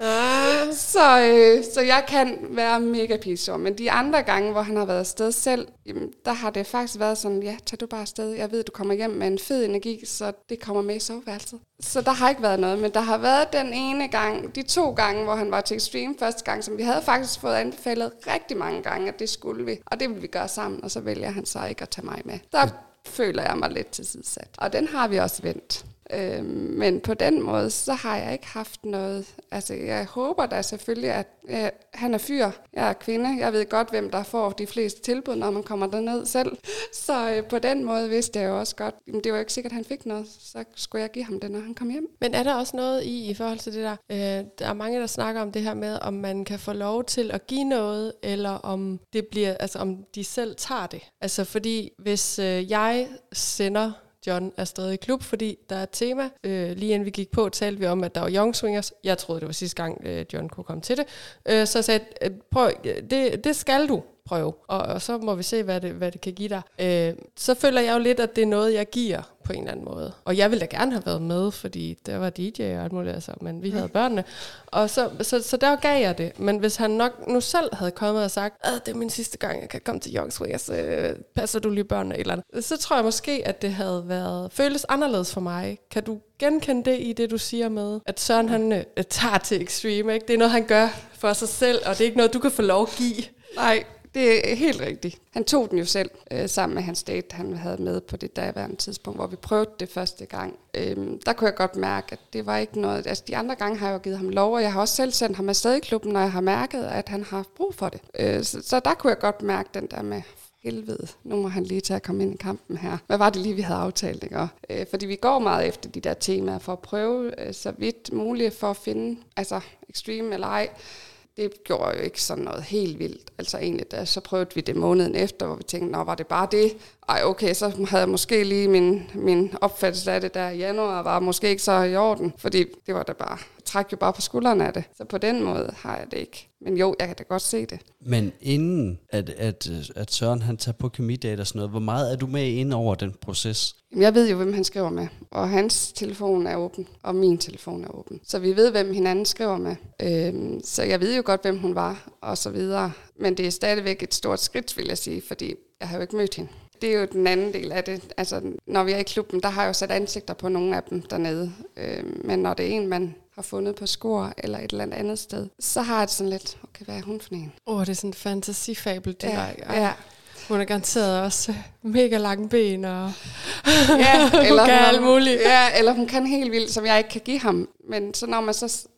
Ah. Så, øh, så jeg kan være mega pigesur, men de andre gange, hvor han har været afsted selv, jamen, der har det faktisk været sådan, ja, tag du bare afsted. Jeg ved, du kommer hjem med en fed energi, så det kommer med i soveværelset. Så der har ikke været noget, men der har været den ene gang, de to gange, hvor han var til Extreme første gang, som vi havde faktisk fået anbefalet rigtig mange gange, at det skulle vi, og det vil vi gøre sammen, og så vælger han så ikke at tage mig med. Der føler jeg mig lidt tilsidesat, og den har vi også vendt. Øh, men på den måde, så har jeg ikke haft noget. Altså, jeg håber da selvfølgelig, at øh, han er fyr, jeg er kvinde. Jeg ved godt, hvem der får de fleste tilbud, når man kommer derned selv. Så øh, på den måde vidste jeg jo også godt, men det var jo ikke sikkert, at han fik noget. Så skulle jeg give ham det, når han kom hjem. Men er der også noget i, i forhold til det der? Øh, der er mange, der snakker om det her med, om man kan få lov til at give noget, eller om det bliver, altså om de selv tager det. Altså, fordi hvis øh, jeg sender John er stadig i klub, fordi der er et tema. Øh, lige inden vi gik på, talte vi om, at der var Young Swingers. Jeg troede, det var sidste gang, øh, John kunne komme til det. Øh, så jeg sagde, øh, prøv, det, det skal du prøve, og, og så må vi se, hvad det, hvad det kan give dig. Øh, så føler jeg jo lidt, at det er noget, jeg giver på en eller anden måde. Og jeg ville da gerne have været med, fordi der var D J og alt muligt, altså, men vi havde børnene. Og så, så, så der gav jeg det. Men hvis han nok nu selv havde kommet og sagt, at det er min sidste gang, jeg kan komme til Young Swingers, øh, passer du lige børnene eller andet, så tror jeg måske, at det havde været føles anderledes for mig. Kan du genkende det i det, du siger med, at Søren han øh, tager til Extreme, ikke? Det er noget, han gør for sig selv, og det er ikke noget, du kan få lov at give. Nej, det er helt rigtigt. Han tog den jo selv øh, sammen med hans date, han havde med på det daværende tidspunkt, hvor vi prøvede det første gang. Øhm, der kunne jeg godt mærke, at det var ikke noget. Altså de andre gange har jeg jo givet ham lov, og jeg har også selv sendt ham afsted i klubben, når jeg har mærket, at han har haft brug for det. Øh, så, så der kunne jeg godt mærke den der med, helvede, nu må han lige tage at komme ind i kampen her. Hvad var det lige, vi havde aftalt, ikke? Øh, fordi vi går meget efter de der temaer for at prøve øh, så vidt muligt for at finde, altså Extreme eller ej. Det gjorde jo ikke sådan noget helt vildt. Altså egentlig, da, så prøvede vi det måneden efter, hvor vi tænkte, nå, var det bare det? Ej, okay, så havde jeg måske lige min, min opfattelse af det der i januar, var måske ikke så i orden, fordi det var da bare, jeg træk jo bare på skuldrene af det. Så på den måde har jeg det ikke. Men jo, jeg kan da godt se det. Men inden at, at, at Søren han tager på kemidate og sådan noget, hvor meget er du med ind over den proces? Jeg ved jo, hvem han skriver med, og hans telefon er åben, og min telefon er åben. Så vi ved, hvem hinanden skriver med. Øhm, så jeg ved jo godt, hvem hun var, og så videre. Men det er stadigvæk et stort skridt, vil jeg sige, fordi jeg har jo ikke mødt hende. Det er jo den anden del af det. Altså, når vi er i klubben, der har jeg jo sat ansigter på nogle af dem dernede. Øhm, men når det er en, man har fundet på Skor eller et eller andet sted, så har jeg det sådan lidt, okay, hvad er hun for en? Åh, oh, det er sådan en fantasifabel, det ja, der. Ja. Hun er garanteret også mega lange ben, og ja, eller hun kan alt muligt. Ja, eller hun kan helt vildt, som jeg ikke kan give ham. Men så når man så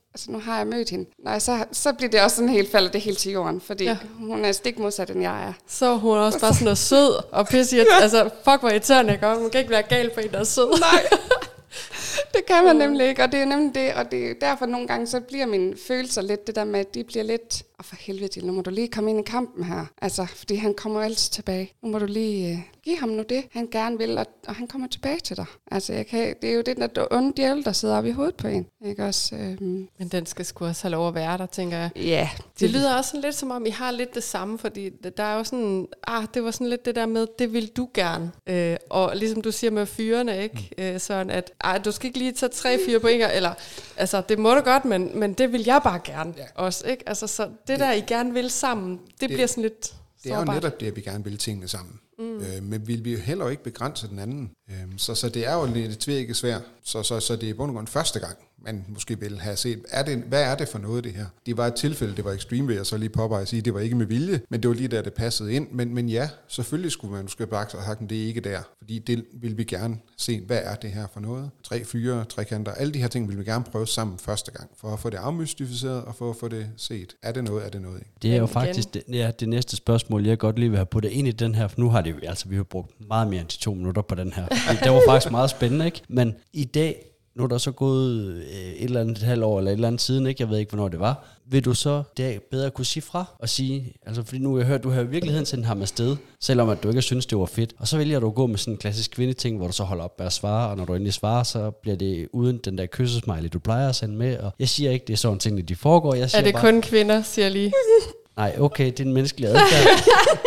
altså nu har jeg mødt hende. Nej, så, så bliver det også sådan helt, falder det helt til jorden, fordi ja. hun er stik modsat, end jeg er. Så hun er også bare sådan noget sød og pisse. Altså, fuck, hvor irriterende jeg gør. Man kan ikke være gal på en, der er sød. Nej. Det kan man nemlig ikke, og det er nemlig det, og det er derfor nogle gange, så bliver mine følelser lidt det der med, at de bliver lidt, og for helvede, nu må du lige komme ind i kampen her, altså, fordi han kommer altid tilbage. Nu må du lige uh, give ham nu det, han gerne vil, og, og han kommer tilbage til dig. Altså, jeg kan, det er jo det der onde djævel, der sidder oppe i hovedet på en, ikke også? Øhm. Men den skal sgu også have lov at være der, tænker jeg. Ja. Det, det lyder også sådan lidt som om, I har lidt det samme, fordi der er jo sådan, ah, det var sådan lidt det der med, det vil du gerne. Øh, og ligesom du siger med fyrene, ikke? Øh, sådan at, ah, du skal ikke lige tage tre fyre på en gang, eller, altså, det må du godt, men, men det vil jeg bare gerne ja. også, ikke? Altså, så det, det der, I gerne vil sammen, det, det bliver sådan lidt sårbart. Det er jo netop det, at vi gerne vil tingene sammen. Mm. Øh, men vil vi jo heller ikke begrænse den anden. Øh, så, så det er jo lidt tvækket svært. Så, så, så det er i bund og grund første gang, man måske vil have set, er det, hvad er det for noget det her? Det var et tilfælde, det var ekstreme, vil jeg så lige påpege at sige, det var ikke med vilje, men det var lige der, det passede ind. Men, men ja, selvfølgelig skulle man måske bare have sagt, det er ikke der, fordi det vil vi gerne se, hvad er det her for noget? Tre fyre, trekanter, alle de her ting vil vi gerne prøve sammen første gang, for at få det afmystificeret og for at få det set. Er det noget, er det noget ikke? Det er jo faktisk det, ja, det næste spørgsmål, jeg godt lige vil have puttet ind i den her, for nu har det, altså vi har brugt meget mere end de to minutter på den her. Det var faktisk meget spændende, ikke? Men i dag, nu er der så gået et eller andet halvt år eller et eller andet siden, ikke? Jeg ved ikke, hvornår det var. Vil du så det bedre kunne sige fra og sige, altså fordi nu har jeg hørt, du har i virkeligheden sendt ham afsted, selvom at du ikke synes, det var fedt. Og så vælger du at gå med sådan en klassisk kvindeting, hvor du så holder op med at svare, og når du endelig svarer, så bliver det uden den der kyssesmiley, du plejer at sende med. Og jeg siger ikke, det er sådan tingene, de foregår. Jeg siger er det bare, kun kvinder, siger jeg lige? Nej, okay, det er en menneskelig adfærd.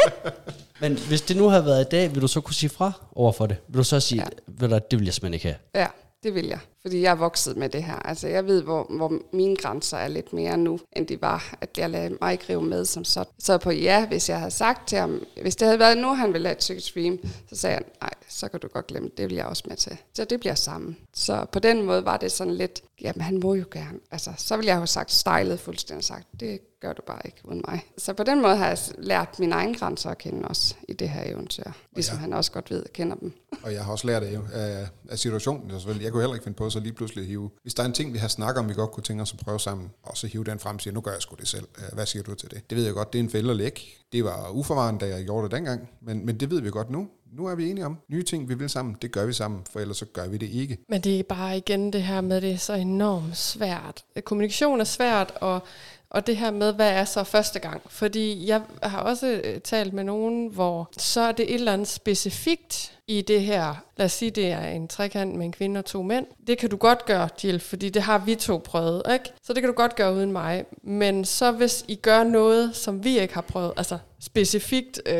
Men hvis det nu havde været i dag, vil du så kunne sige fra over for det? Vil du så sige, ja. Ved du, det vil jeg simpelthen ikke have? Ja, det vil jeg. Fordi jeg er vokset med det her. Altså jeg ved, hvor, hvor mine grænser er lidt mere nu, end de var, at jeg lader mig ikke rive med som sådan. Så på ja, hvis jeg havde sagt til ham, hvis det havde været nu, han ville have et psykisk stream, så sagde han, nej, så kan du godt glemme det, vil jeg også med til. Så det bliver sammen. Så på den måde var det sådan lidt, jamen han må jo gerne. Altså så ville jeg have sagt stylet fuldstændig sagt, det gør du bare ikke uden mig. Så på den måde har jeg lært mine egne grænser at kende også i det her eventyr. Ligesom ja. Han også godt ved, at kender dem. Og jeg har også lært af, af, af situationen. Jeg kunne heller ikke finde på så lige pludselig hive. Hvis der er en ting, vi har snakket om, vi godt kunne tænke os at prøve sammen, og så hive den frem og sige, nu gør jeg sgu det selv. Hvad siger du til det? Det ved jeg godt, det er en fælde at lægge. Det var uforvarende, da jeg gjorde det dengang, men, men det ved vi godt nu. Nu er vi enige om nye ting, vi vil sammen. Det gør vi sammen, for ellers så gør vi det ikke. Men det er bare igen det her med, det er så enormt svært. Kommunikation er svært, og Og det her med, hvad er så første gang? Fordi jeg har også talt med nogen, hvor så er det et eller andet specifikt i det her. Lad os sige, det er en trekant med en kvinde og to mænd. Det kan du godt gøre, Jill, fordi det har vi to prøvet, ikke? Så det kan du godt gøre uden mig. Men så hvis I gør noget, som vi ikke har prøvet, altså specifikt øh,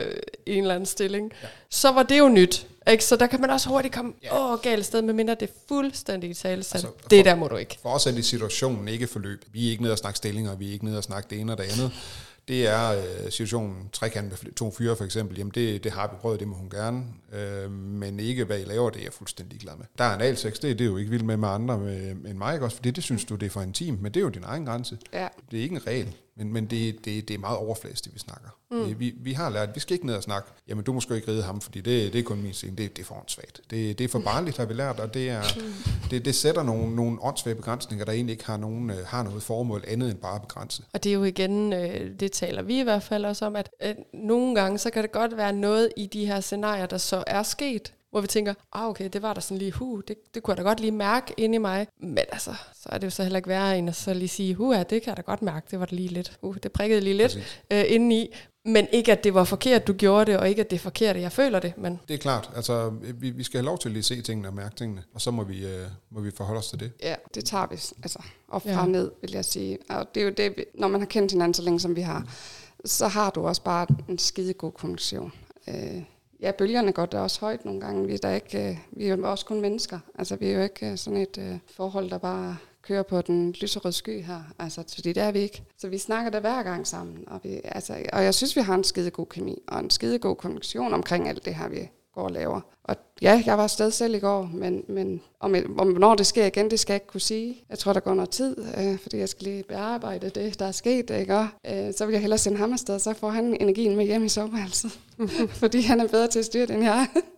i en eller anden stilling, ja. Så var det jo nyt. Ikke? Så der kan man også hurtigt komme ja. åh, galt sted, medmindre det er fuldstændig i tale. Altså, det der må du ikke. For os er det situationen ikke forløb. Vi er ikke nede og snakke stillinger, vi er ikke nede og snakke det ene og det andet. Det er øh, situationen, trekant med to fyre for eksempel, jamen det, det har vi prøvet, det må hun gerne, øh, men ikke hvad I laver, det er jeg fuldstændig glad med. Der er en alsex, det, det er jo ikke vildt med med andre med, end mig, ikke også, fordi det synes du, det er for en team, men det er jo din egen grænse. Ja. Det er ikke en regel, men, men det, det, det er meget overfladisk, det vi snakker. Mm. Vi, vi har lært, vi skal ikke ned og snakke, jamen du må sgu ikke ride ham, fordi det, det er kun min scene, det, det er for åndssvagt. Det, det er for barnligt, har vi lært, og det, er, det, det sætter nogle, nogle åndssvage begrænsninger, der egentlig ikke har, nogen, øh, har noget formål andet end bare begrænse. Og det er jo igen, øh, det taler vi i hvert fald også om, at øh, nogle gange, så kan det godt være noget i de her scenarier, der så er sket, hvor vi tænker, ah okay, det var der sådan lige, huh, det, det kunne jeg da godt lige mærke inde i mig. Men altså, så er det jo så heller ikke værre end at så lige sige, huh, det kan jeg da godt mærke, det var det lige lidt, uh, det prikkede lige lidt øh, indeni. Men ikke, at det var forkert, du gjorde det, og ikke, at det er forkert, jeg føler det. Men det er klart. Altså, vi, vi skal have lov til at lige se tingene og mærke tingene, og så må vi, øh, må vi forholde os til det. Ja, det tager vi. Altså, op fra ja. ned, vil jeg sige. Og det er jo det, når man har kendt hinanden så længe, som vi har, så har du også bare en skide god kommunikation. Øh, ja, bølgerne går da også højt nogle gange. Vi er, der ikke, øh, vi er jo også kun mennesker. Altså, vi er jo ikke sådan et øh, forhold, der bare kører på den lyserøde sky her, altså, fordi det er vi ikke. Så vi snakker der hver gang sammen, og, vi, altså, og jeg synes, vi har en skide god kemi, og en skide god kommunikation omkring alt det her, vi går og laver. Og ja, jeg var afsted selv i går, men, men om, om hvornår det sker igen, det skal jeg ikke kunne sige. Jeg tror, der går noget tid, øh, fordi jeg skal lige bearbejde det, der er sket, ikke? Og, øh, så vil jeg hellere sende ham afsted, så får han energien med hjem i soveværelset, fordi han er bedre til at styre det, end jeg.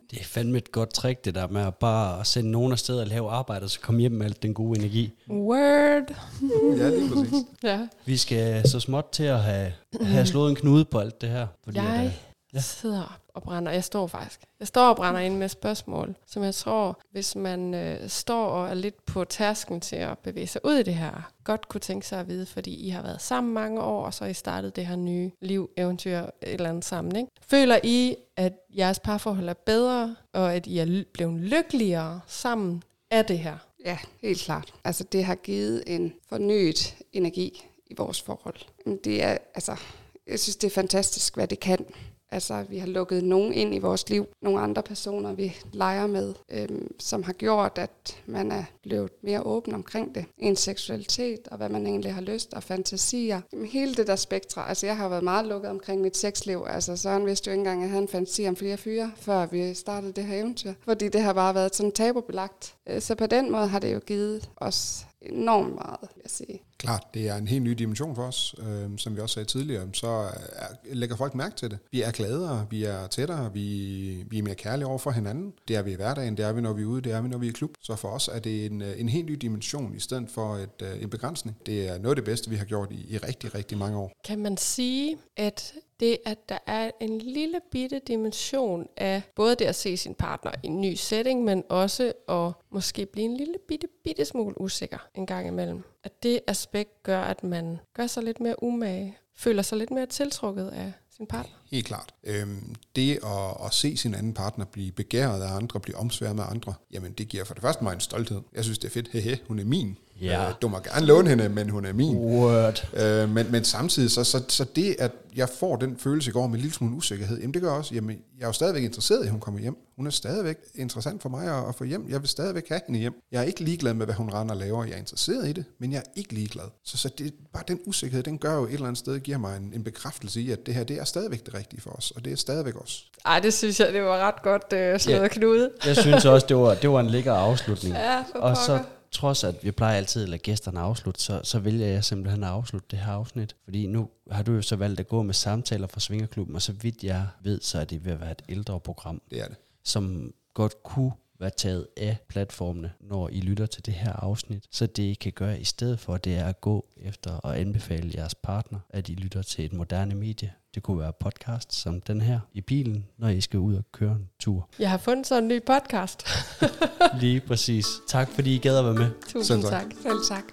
Det er fandme et godt trick, det der med at bare sende nogen afsted og lave arbejde, og så komme hjem med alt den gode energi. Word. Ja, lige præcis. Ja. Vi skal så småt til at have, have slået en knude på alt det her. Fordi Jeg at, øh, ja. sidder og brænder. Jeg står faktisk. Jeg står og brænder ind med spørgsmål, som jeg tror, hvis man øh, står og er lidt på tærsken til at bevæge sig ud i det her, godt kunne tænke sig at vide, fordi I har været sammen mange år, og så har I startet det her nye liv, eventyr, et eller andet sammen. Ikke? Føler I, at jeres parforhold er bedre, og at I er l- blevet lykkeligere sammen af det her? Ja, helt klart. Altså, det har givet en fornyet energi i vores forhold. Men det er, altså, jeg synes, det er fantastisk, hvad det kan. Altså, vi har lukket nogen ind i vores liv, nogle andre personer, vi leger med, øhm, som har gjort, at man er blevet mere åben omkring det. Ens seksualitet, og hvad man egentlig har lyst og fantasier. Jamen, hele det der spektra. Altså, jeg har været meget lukket omkring mit sexliv. Altså, Søren vidste jo ikke engang, at jeg havde en fantasi om flere fyre, før vi startede det her eventyr. Fordi det har bare været sådan tabubelagt. Så på den måde har det jo givet os enormt meget, vil jeg sige. Klart, det er en helt ny dimension for os, øh, som vi også sagde tidligere. Så er, lægger folk mærke til det. Vi er gladere, vi er tættere, vi, vi er mere kærlige over for hinanden. Det er vi i hverdagen, det er vi, når vi er ude, det er vi, når vi er i klub. Så for os er det en, en helt ny dimension, i stedet for et, en begrænsning. Det er noget af det bedste, vi har gjort i, i rigtig, rigtig mange år. Kan man sige, at det, at der er en lille bitte dimension af både det at se sin partner i en ny setting, men også at måske blive en lille bitte, bitte smule usikker en gang imellem. At det aspekt gør, at man gør sig lidt mere umage, føler sig lidt mere tiltrukket af sin partner. Helt klart. Øhm, det at, at se sin anden partner blive begæret af andre, blive omsværmet af andre, jamen det giver for det første mig en stolthed. Jeg synes, det er fedt. Hehe, hun er min. Ja. Øh, du må gerne låne hende, men hun er min. Word. Øh, men, men samtidig, så, så, så det, at jeg får den følelse i går med en lille smule usikkerhed, jamen det gør også, jamen jeg er jo stadigvæk interesseret i, at hun kommer hjem. Hun er stadigvæk interessant for mig at, at få hjem. Jeg vil stadigvæk have hende hjem. Jeg er ikke ligeglad med, hvad hun render og laver. Jeg er interesseret i det, men jeg er ikke ligeglad. Så, så det, bare den usikkerhed, den gør jo et eller andet sted, giver mig en, en bekræftelse i, at det her, det er stadigvæk det rigtige for os, og det er stadigvæk os. Ej, det synes jeg, det var ret godt øh, slået Ja. Knude. Jeg synes også, det var, det var en lækker afslutning. Ja, for Og så pokker. trods at vi plejer altid at lade gæsterne afslutte, så, så vælger jeg simpelthen at afslutte det her afsnit. Fordi nu har du jo så valgt at gå med samtaler fra Svingerklubben, og så vidt jeg ved, så er det ved at være et ældre program, Det er det. som godt kunne være taget af platformene, når I lytter til det her afsnit. Så det I kan gøre i stedet for, det er at gå efter og anbefale jeres partner, at I lytter til et moderne medie. Det kunne være podcast som den her i bilen, når I skal ud og køre en tur. Jeg har fundet sådan en ny podcast. Lige præcis. Tak fordi I gad at være med. Tusind Selv tak. tak. Selv tak.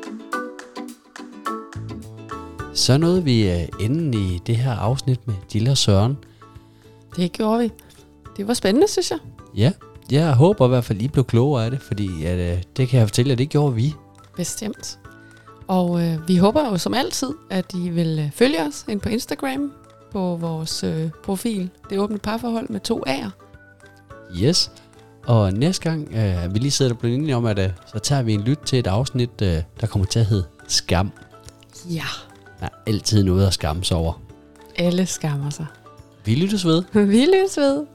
Så nåede vi øh, enden i det her afsnit med Jill og Søren. Det gjorde vi. Det var spændende, synes jeg. Ja, jeg håber i hvert fald, I blev klogere af det, fordi at, øh, det kan jeg fortælle jer, det gjorde vi. Bestemt. Og øh, vi håber jo som altid, at I vil øh, følge os ind på Instagram, på vores øh, profil, Det Åbne Parforhold med to A'er. Yes. Og næste gang, øh, vi lige sidder og bliver enige om, at øh, så tager vi en lyt til et afsnit, øh, der kommer til at hedde Skam. Ja, Der er altid noget at skamme sig over. alle skammer sig. Vi lyttes ved. Vi lyttes ved.